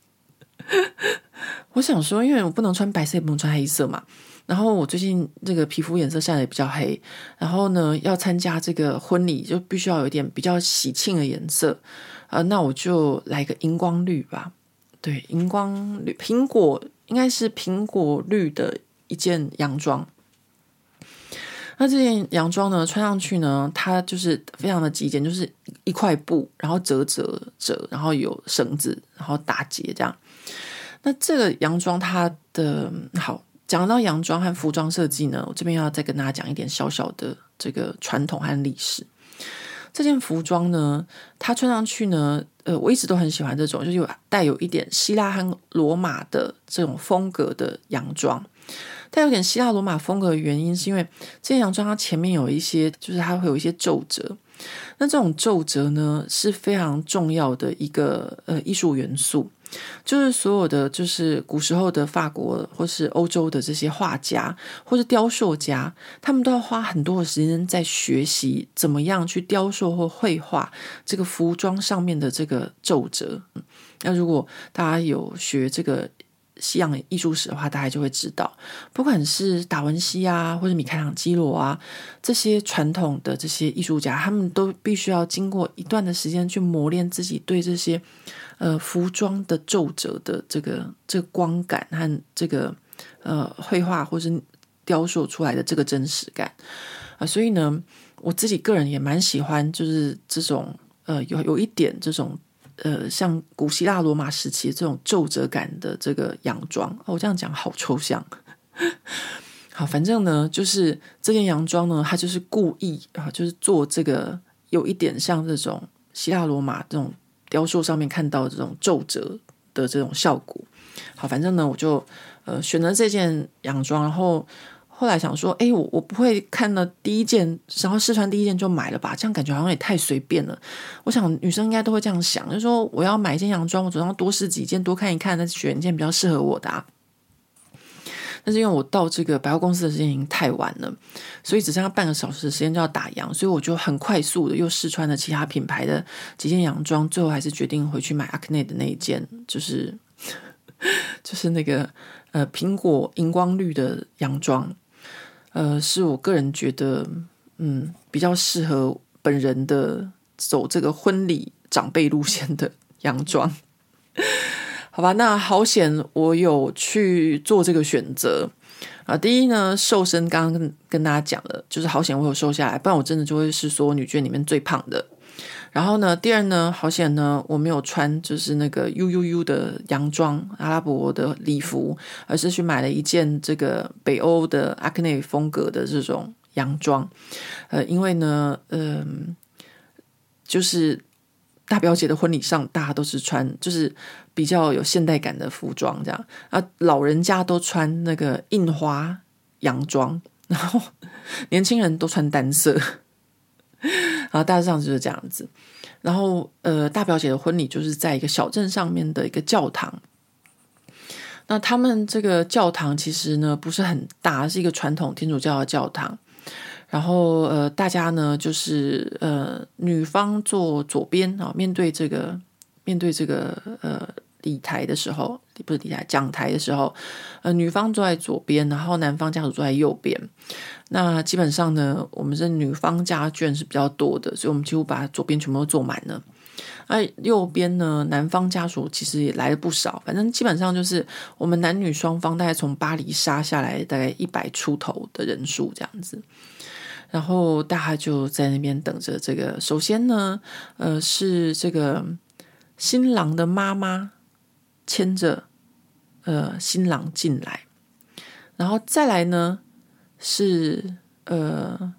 我想说，因为我不能穿白色也不能穿黑色嘛，然后我最近这个皮肤颜色晒得比较黑，然后呢要参加这个婚礼就必须要有一点比较喜庆的颜色，呃，那我就来个荧光绿吧。对，荧光绿，苹果应该是苹果绿的一件洋装。那这件洋装呢，穿上去呢，它就是非常的极简，就是一块布，然后折折折，然后有绳子，然后打结这样。那这个洋装它的好，讲到洋装和服装设计呢，我这边要再跟大家讲一点小小的这个传统和历史。这件服装呢，它穿上去呢，呃，我一直都很喜欢这种，就是有带有一点希腊和罗马的这种风格的洋装。带有点希腊罗马风格的原因，是因为这件洋装它前面有一些，就是它会有一些皱褶。那这种皱褶呢，是非常重要的一个呃艺术元素。就是所有的就是古时候的法国或是欧洲的这些画家或是雕塑家，他们都要花很多的时间在学习怎么样去雕塑或绘画这个服装上面的这个皱褶。那如果大家有学这个西洋艺术史的话，大家就会知道，不管是达文西啊或者米开朗基罗啊，这些传统的这些艺术家，他们都必须要经过一段的时间去磨练自己对这些呃服装的皱褶的这个这个光感和这个呃绘画或是雕塑出来的这个真实感啊、呃，所以呢，我自己个人也蛮喜欢，就是这种呃有有一点这种。呃，像古希腊罗马时期这种皱褶感的这个洋装，哦，我这样讲好抽象。好，反正呢，就是这件洋装呢，它就是故意啊，就是做这个有一点像这种希腊罗马这种雕塑上面看到的这种皱褶的这种效果。好，反正呢，我就呃选了这件洋装，然后。后来想说，哎，我我不会看了第一件，然后试穿第一件就买了吧？这样感觉好像也太随便了。我想女生应该都会这样想，就是说我要买一件洋装，我总要多试几件，多看一看，再选一件比较适合我的啊。但是因为我到这个百货公司的时间已经太晚了，所以只剩下半个小时的时间就要打烊，所以我就很快速的又试穿了其他品牌的几件洋装，最后还是决定回去买 Acne 的那一件，就是就是那个呃苹果荧光绿的洋装。呃，是我个人觉得，嗯，比较适合本人的走这个婚礼长辈路线的洋装。好吧，那好险，我有去做这个选择啊。第一呢，瘦身刚刚跟跟大家讲了，就是好险我有瘦下来，不然我真的就会是所有女眷里面最胖的。然后呢，第二呢，好险呢，我没有穿就是那个 U U U 的洋装阿拉伯的礼服，而是去买了一件这个北欧的 Acne 风格的这种洋装。呃，因为呢，嗯、呃，就是大表姐的婚礼上，大家都是穿就是比较有现代感的服装，这样啊，老人家都穿那个印花洋装，然后年轻人都穿单色。然后大致上就是这样子，然后呃，大表姐的婚礼就是在一个小镇上面的一个教堂。那他们这个教堂其实呢不是很大，是一个传统天主教的教堂。然后呃，大家呢就是呃，女方坐左边啊、哦，面对这个面对这个呃礼台的时候，不是礼台讲台的时候，呃，女方坐在左边，然后男方家属坐在右边。那基本上呢，我们是女方家眷是比较多的，所以我们几乎把左边全部都坐满了。而右边呢，男方家属其实也来了不少，反正基本上就是我们男女双方大概从巴黎杀下来大概一百出头的人数这样子。然后大家就在那边等着这个，首先呢，呃，是这个新郎的妈妈牵着呃新郎进来，然后再来呢是呃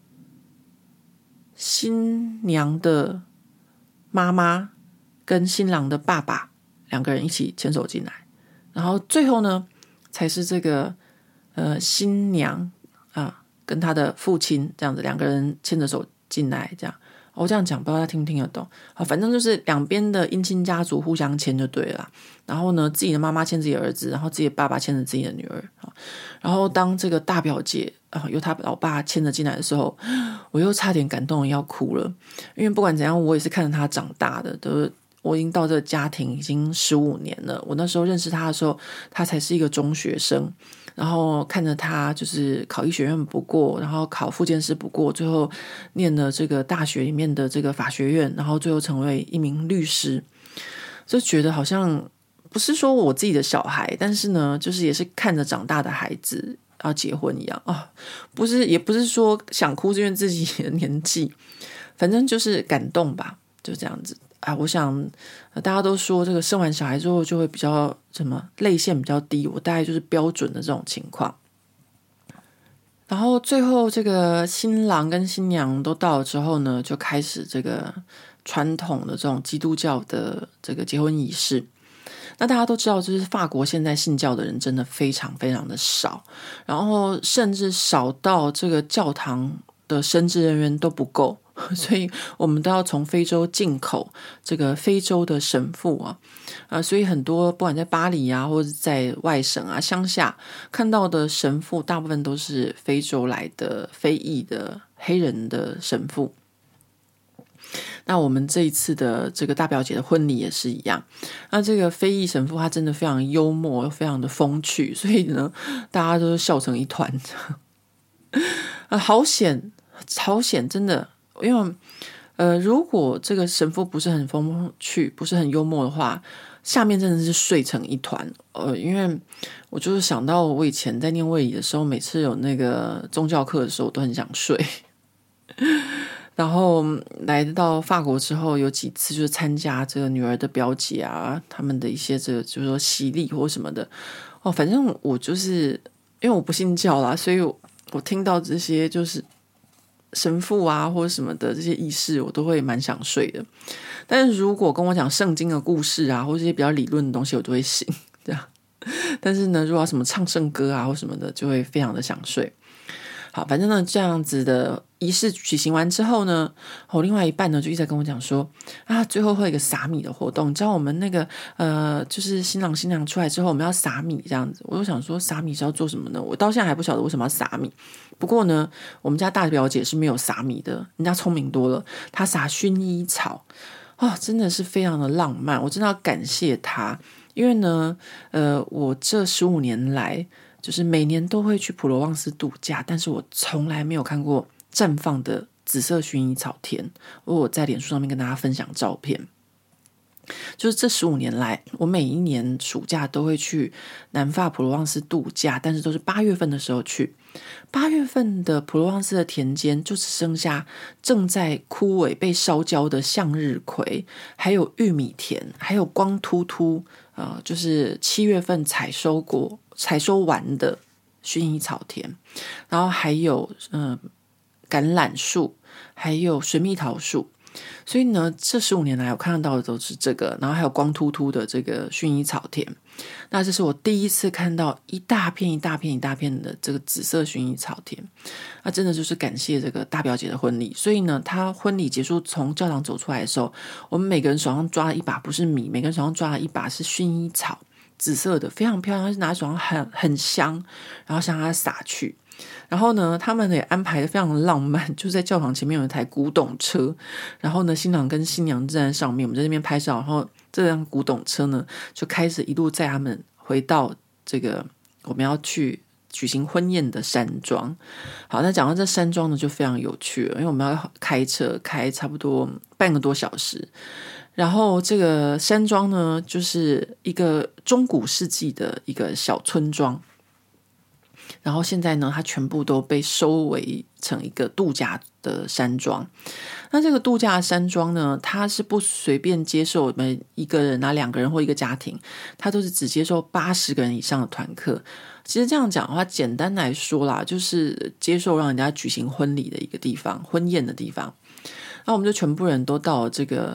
新娘的妈妈跟新郎的爸爸两个人一起牵手进来，然后最后呢才是这个呃新娘啊跟他的父亲这样子两个人牵着手进来，这样我这样讲不知道大家听不听得懂。好，反正就是两边的姻亲家族互相牵就对了啦。然后呢，自己的妈妈牵自己的儿子，然后自己的爸爸牵着自己的女儿。然后当这个大表姐啊由他老爸牵着进来的时候，我又差点感动要哭了。因为不管怎样，我也是看着他长大的，都我已经到这个家庭已经十五年了。我那时候认识他的时候，他才是一个中学生。然后看着他就是考医学院不过，然后考复健师不过，最后念了这个大学里面的这个法学院，然后最后成为一名律师，就觉得好像不是说我自己的小孩，但是呢就是也是看着长大的孩子要结婚一样啊，不是也不是说想哭是因为自己的年纪，反正就是感动吧，就这样子啊。我想大家都说这个生完小孩之后就会比较什么泪腺比较低，我大概就是标准的这种情况。然后最后这个新郎跟新娘都到了之后呢，就开始这个传统的这种基督教的这个结婚仪式。那大家都知道，就是法国现在信教的人真的非常非常的少，然后甚至少到这个教堂的神职人员都不够，所以我们都要从非洲进口这个非洲的神父啊，啊，所以很多不管在巴黎啊，或者在外省啊、乡下看到的神父，大部分都是非洲来的非裔的黑人的神父。那我们这一次的这个大表姐的婚礼也是一样，那这个非裔神父他真的非常幽默，非常的风趣，所以呢，大家都笑成一团。啊，好险，好险，真的，因为呃，如果这个神父不是很风趣，不是很幽默的话，下面真的是睡成一团。呃，因为我就是想到我以前在念卫理的时候，每次有那个宗教课的时候，我都很想睡。然后来到法国之后，有几次就是参加这个女儿的表姐啊，他们的一些这个就是说洗礼或什么的。哦，反正我就是因为我不信教啦，所以我我听到这些就是神父啊或者什么的这些仪式，我都会蛮想睡的。但是如果跟我讲圣经的故事啊，或者一些比较理论的东西，我都会醒这样。但是呢，如果要什么唱圣歌啊或什么的，就会非常的想睡。好，反正呢，这样子的仪式举行完之后呢，我另外一半呢就一直在跟我讲说啊，最后会有一个撒米的活动，你知道我们那个呃，就是新郎新娘出来之后，我们要撒米这样子。我就想说，撒米是要做什么呢？我到现在还不晓得为什么要撒米。不过呢，我们家大表姐是没有撒米的，人家聪明多了，她撒薰衣草啊，真的是非常的浪漫，我真的要感谢她，因为呢，呃，我这十五年来。就是每年都会去普罗旺斯度假，但是我从来没有看过绽放的紫色薰衣草田。我在脸书上面跟大家分享照片。就是这十五年来，我每一年暑假都会去南法普罗旺斯度假，但是都是八月份的时候去。八月份的普罗旺斯的田间就只剩下正在枯萎被烧焦的向日葵，还有玉米田，还有光秃秃呃，就是七月份采收过采收完的薰衣草田，然后还有嗯、呃、橄榄树，还有水蜜桃树。所以呢，这十五年来我看到的都是这个，然后还有光秃秃的这个薰衣草田。那这是我第一次看到一大片一大片一大片的这个紫色薰衣草田。那真的就是感谢这个大表姐的婚礼。所以呢，她婚礼结束从教堂走出来的时候，我们每个人手上抓了一把不是米，每个人手上抓了一把是薰衣草，紫色的，非常漂亮，拿在手上很很香，然后向她撒去。然后呢，他们也安排的非常的浪漫，就是在教堂前面有一台古董车，然后呢，新郎跟新娘站在上面，我们在那边拍照，然后这辆古董车呢，就开始一路载他们回到这个我们要去举行婚宴的山庄。好，那讲到这山庄呢，就非常有趣了，因为我们要开车开差不多半个多小时。然后这个山庄呢，就是一个中古世纪的一个小村庄。然后现在呢，它全部都被收为成一个度假的山庄。那这个度假的山庄呢，它是不随便接受我们一个人啊、两个人或一个家庭，它都是只接受八十个人以上的团客。其实这样讲的话，简单来说啦，就是接受让人家举行婚礼的一个地方，婚宴的地方。那我们就全部人都到了这个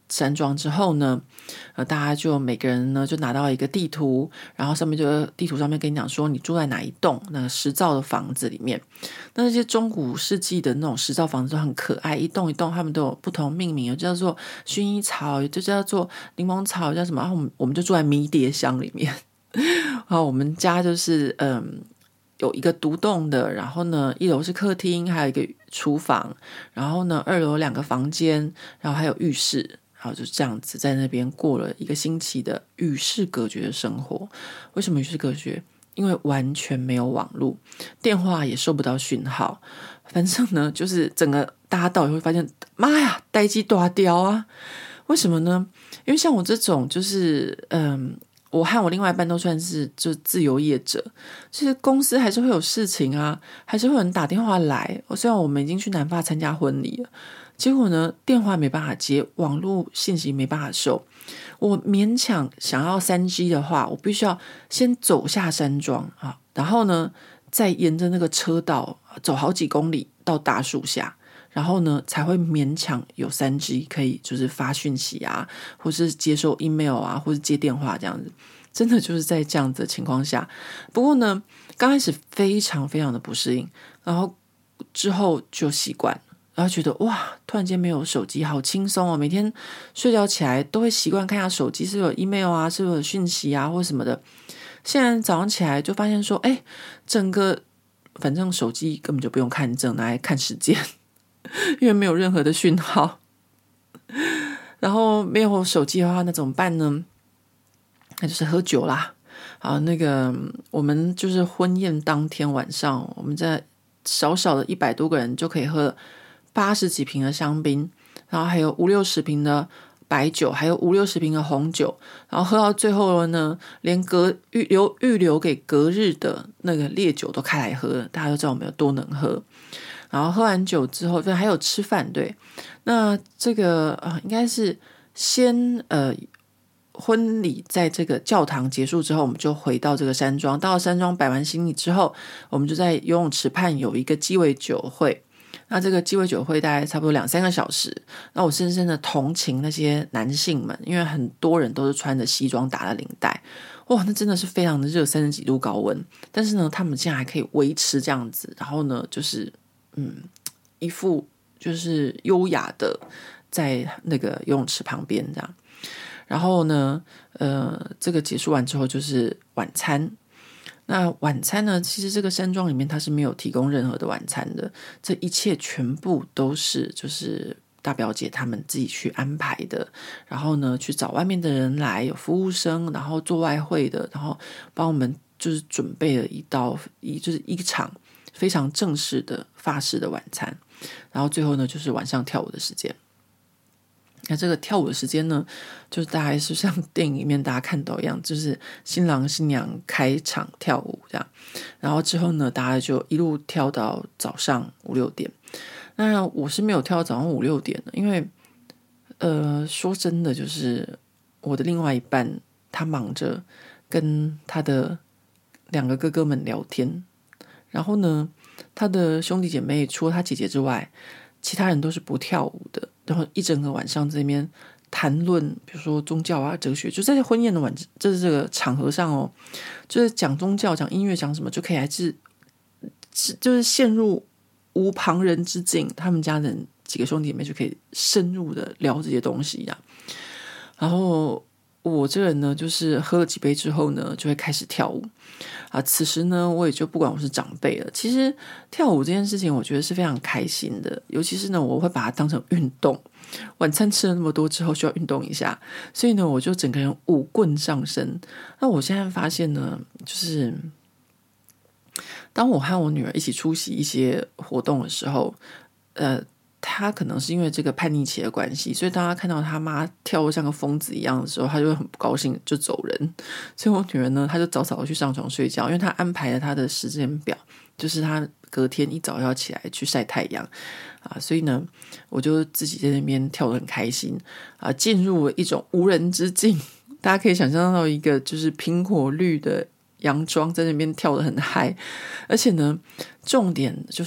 山庄之后呢，呃，大家就每个人呢就拿到一个地图，然后上面就地图上面跟你讲说你住在哪一栋那个石造的房子里面。那些中古世纪的那种石造房子都很可爱，一栋一栋他们都有不同命名，有叫做薰衣草，有就叫做柠檬草，叫什么？然后我们我们就住在迷迭香里面。然后我们家就是嗯。有一个独栋的，然后呢一楼是客厅，还有一个厨房，然后呢二楼有两个房间，然后还有浴室，然后就这样子在那边过了一个星期的与世隔绝的生活。为什么与世隔绝？因为完全没有网络，电话也收不到讯号，反正呢就是整个大家到底会发现，妈呀，代志大条啊！为什么呢？因为像我这种就是嗯。我和我另外一半都算是就自由业者，其实公司还是会有事情啊，还是会有人打电话来。虽然我们已经去南法参加婚礼了，结果呢电话没办法接，网络信息没办法收。我勉强想要 三 G 的话，我必须要先走下山庄啊，然后呢再沿着那个车道走好几公里到大树下，然后呢才会勉强有 三 G 可以就是发讯息啊，或是接受 email 啊，或是接电话这样子。真的就是在这样子的情况下，不过呢刚开始非常非常的不适应，然后之后就习惯，然后觉得哇突然间没有手机好轻松哦，每天睡觉起来都会习惯看一下手机是不是有 email 啊，是不是有讯息啊或什么的。现在早上起来就发现说哎，整个反正手机根本就不用看证，拿来看时间，因为没有任何的讯号。然后没有手机的话那怎么办呢？那就是喝酒啦。好，那个我们就是婚宴当天晚上，我们在少少的一百多个人就可以喝八十几瓶的香槟，然后还有五六十瓶的白酒，还有五六十瓶的红酒，然后喝到最后了呢，连隔预留预留给隔日的那个烈酒都开来喝了，大家都知道我们有多能喝。然后喝完酒之后，还有吃饭，对，那这个呃应该是先呃。婚礼在这个教堂结束之后，我们就回到这个山庄。到了山庄摆完行李之后，我们就在游泳池畔有一个鸡尾酒会。那这个鸡尾酒会大概差不多两三个小时。那我深深的同情那些男性们，因为很多人都是穿着西装打了领带，哇，那真的是非常的热，三十几度高温。但是呢，他们竟然还可以维持这样子，然后呢，就是嗯，一副就是优雅的在那个游泳池旁边这样。然后呢呃，这个结束完之后就是晚餐。那晚餐呢，其实这个山庄里面它是没有提供任何的晚餐的，这一切全部都是就是大表姐他们自己去安排的。然后呢去找外面的人来，有服务生，然后做外汇的，然后帮我们就是准备了一道一就是一场非常正式的法式的晚餐。然后最后呢就是晚上跳舞的时间。那这个跳舞的时间呢，就是大概是像电影里面大家看到一样，就是新郎新娘开场跳舞这样，然后之后呢大家就一路跳到早上五六点。那我是没有跳到早上五六点的，因为呃说真的，就是我的另外一半他忙着跟他的两个哥哥们聊天，然后呢他的兄弟姐妹除了他姐姐之外，其他人都是不跳舞的，然后一整个晚上在那边谈论比如说宗教啊哲学，就在婚宴的晚就是这个场合上哦，就是讲宗教讲音乐讲什么就可以还是就是陷入无旁人之境，他们家人几个兄弟姐妹就可以深入的聊这些东西呀、啊。然后我这个人呢就是喝了几杯之后呢就会开始跳舞啊。此时呢我也就不管我是长辈了，其实跳舞这件事情我觉得是非常开心的，尤其是呢我会把它当成运动。晚餐吃了那么多之后需要运动一下，所以呢我就整个人舞棍上身。那我现在发现呢，就是当我和我女儿一起出席一些活动的时候，呃他可能是因为这个叛逆期的关系，所以当他看到他妈跳得像个疯子一样的时候，他就会很不高兴就走人。所以我女儿呢，她就早早的去上床睡觉，因为她安排了她的时间表，就是她隔天一早要起来去晒太阳啊。所以呢我就自己在那边跳得很开心啊，进入了一种无人之境。大家可以想象到一个就是苹果绿的洋装在那边跳得很嗨，而且呢重点就是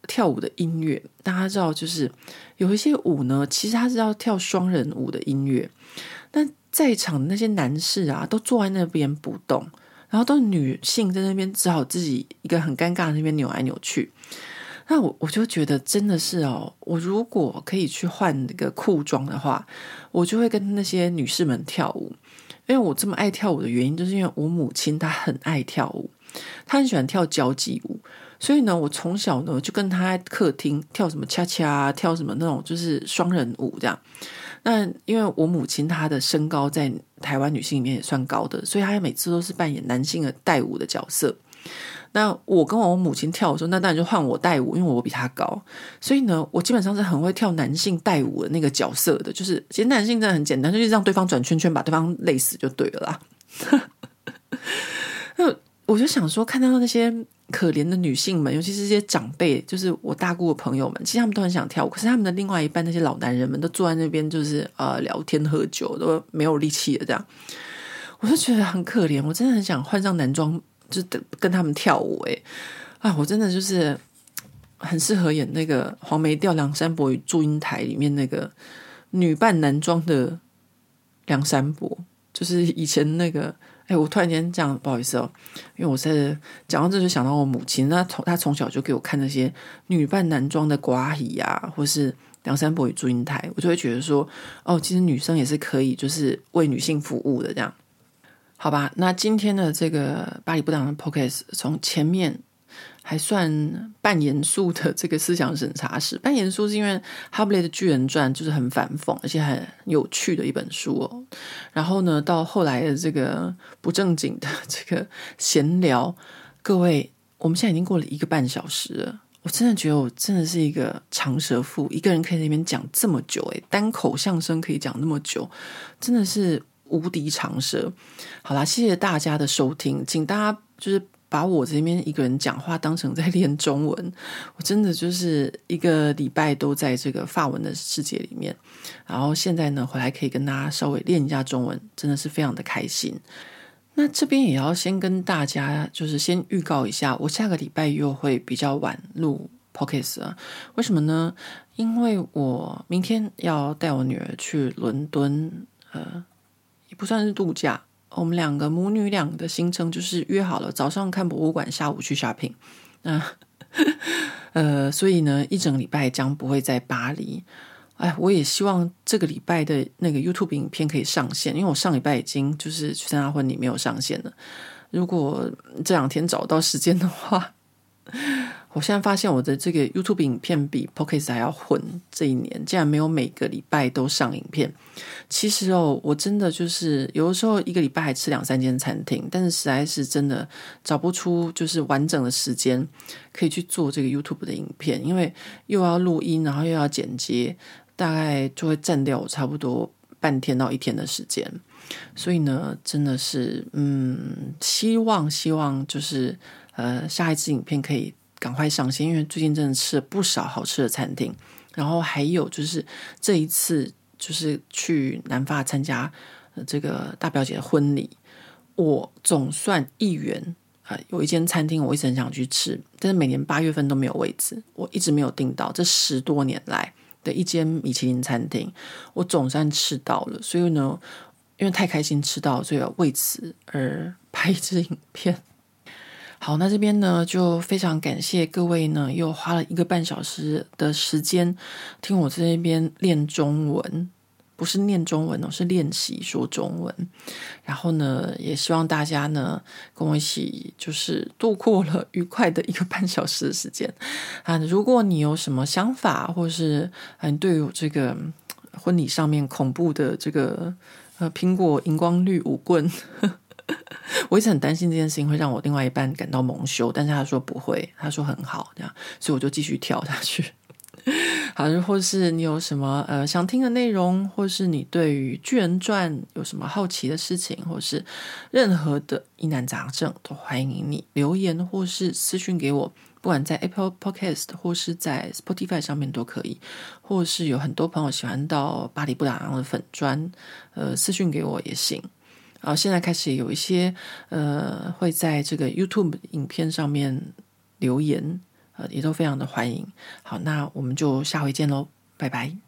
跳舞的音乐，大家知道就是有一些舞呢，其实它是要跳双人舞的音乐，那在场的那些男士啊都坐在那边不动，然后都是女性在那边只好自己一个很尴尬的那边扭来扭去。那我我就觉得真的是哦，我如果可以去换那个裤装的话，我就会跟那些女士们跳舞。因为我这么爱跳舞的原因，就是因为我母亲她很爱跳舞，她很喜欢跳交际舞，所以呢，我从小呢就跟她在客厅跳什么恰恰，跳什么那种就是双人舞这样。那因为我母亲她的身高在台湾女性里面也算高的，所以她每次都是扮演男性的带舞的角色。那我跟我母亲跳的时候，那当然就换我带舞，因为我比她高，所以呢，我基本上是很会跳男性带舞的那个角色的。就是其实男性真的很简单，就是让对方转圈圈，把对方累死就对了啦。那我就想说，看到那些可怜的女性们，尤其是这些长辈，就是我大姑的朋友们，其实他们都很想跳舞，可是他们的另外一半那些老男人们都坐在那边，就是呃聊天喝酒，都没有力气的这样。我就觉得很可怜，我真的很想换上男装。就跟他们跳舞诶、欸、啊，我真的就是很适合演那个黄梅调梁山伯与祝英台里面那个女扮男装的梁山伯，就是以前那个哎、欸，我突然间这样不好意思哦，因为我是讲到这就想到我母亲，那她从小就给我看那些女扮男装的寡喜啊，或是梁山伯与祝英台，我就会觉得说哦，其实女生也是可以就是为女性服务的这样。好吧，那今天的这个巴黎不当的 podcast 从前面还算半严肃的这个思想审查史，半严肃是因为哈布雷的巨人传就是很反讽而且很有趣的一本书哦。然后呢，到后来的这个不正经的这个闲聊，各位，我们现在已经过了一个半小时了，我真的觉得我真的是一个长舌妇，一个人可以在那边讲这么久，诶，单口相声可以讲那么久，真的是无敌长舌。好啦，谢谢大家的收听，请大家就是把我这边一个人讲话当成在练中文，我真的就是一个礼拜都在这个法文的世界里面，然后现在呢回来可以跟大家稍微练一下中文，真的是非常的开心。那这边也要先跟大家就是先预告一下，我下个礼拜又会比较晚录 podcast 啊，为什么呢？因为我明天要带我女儿去伦敦，呃也不算是度假，我们两个母女俩的行程就是约好了，早上看博物馆，下午去 shopping。那呃，所以呢，一整礼拜将不会在巴黎。哎，我也希望这个礼拜的那个 YouTube 影片可以上线，因为我上礼拜已经就是去参加婚礼没有上线了。如果这两天找到时间的话。我现在发现我的这个 YouTube 影片比 Podcast 还要混，这一年竟然没有每个礼拜都上影片。其实哦，我真的就是有的时候一个礼拜还吃两三间餐厅，但是实在是真的找不出就是完整的时间可以去做这个 YouTube 的影片，因为又要录音，然后又要剪接，大概就会占掉我差不多半天到一天的时间。所以呢，真的是嗯，希望希望就是呃，下一支影片可以赶快上线，因为最近真的吃了不少好吃的餐厅，然后还有就是这一次就是去南法参加、呃、这个大表姐的婚礼，我总算一圆、呃、有一间餐厅我一直很想去吃，但是每年八月份都没有位置，我一直没有订到，这十多年来的一间米其林餐厅我总算吃到了，所以呢因为太开心吃到，所以要为此而拍一支影片。好，那这边呢就非常感谢各位呢又花了一个半小时的时间听我这边练中文，不是念中文哦，是练习说中文。然后呢也希望大家呢跟我一起就是度过了愉快的一个半小时的时间啊。如果你有什么想法，或是你对于这个婚礼上面恐怖的这个呃苹果荧光绿舞棍我一直很担心这件事情会让我另外一半感到蒙羞，但是他说不会，他说很好这样，所以我就继续跳下去。好，或是你有什么呃想听的内容，或是你对于巨人传有什么好奇的事情，或是任何的疑难杂症，都欢迎你留言或是私讯给我，不管在 Apple Podcast 或是在 Spotify 上面都可以，或是有很多朋友喜欢到巴黎布达朗的粉专呃私讯给我也行。然后现在开始有一些呃会在这个 YouTube 影片上面留言， 呃，也都非常的欢迎。好，那我们就下回见喽，拜拜。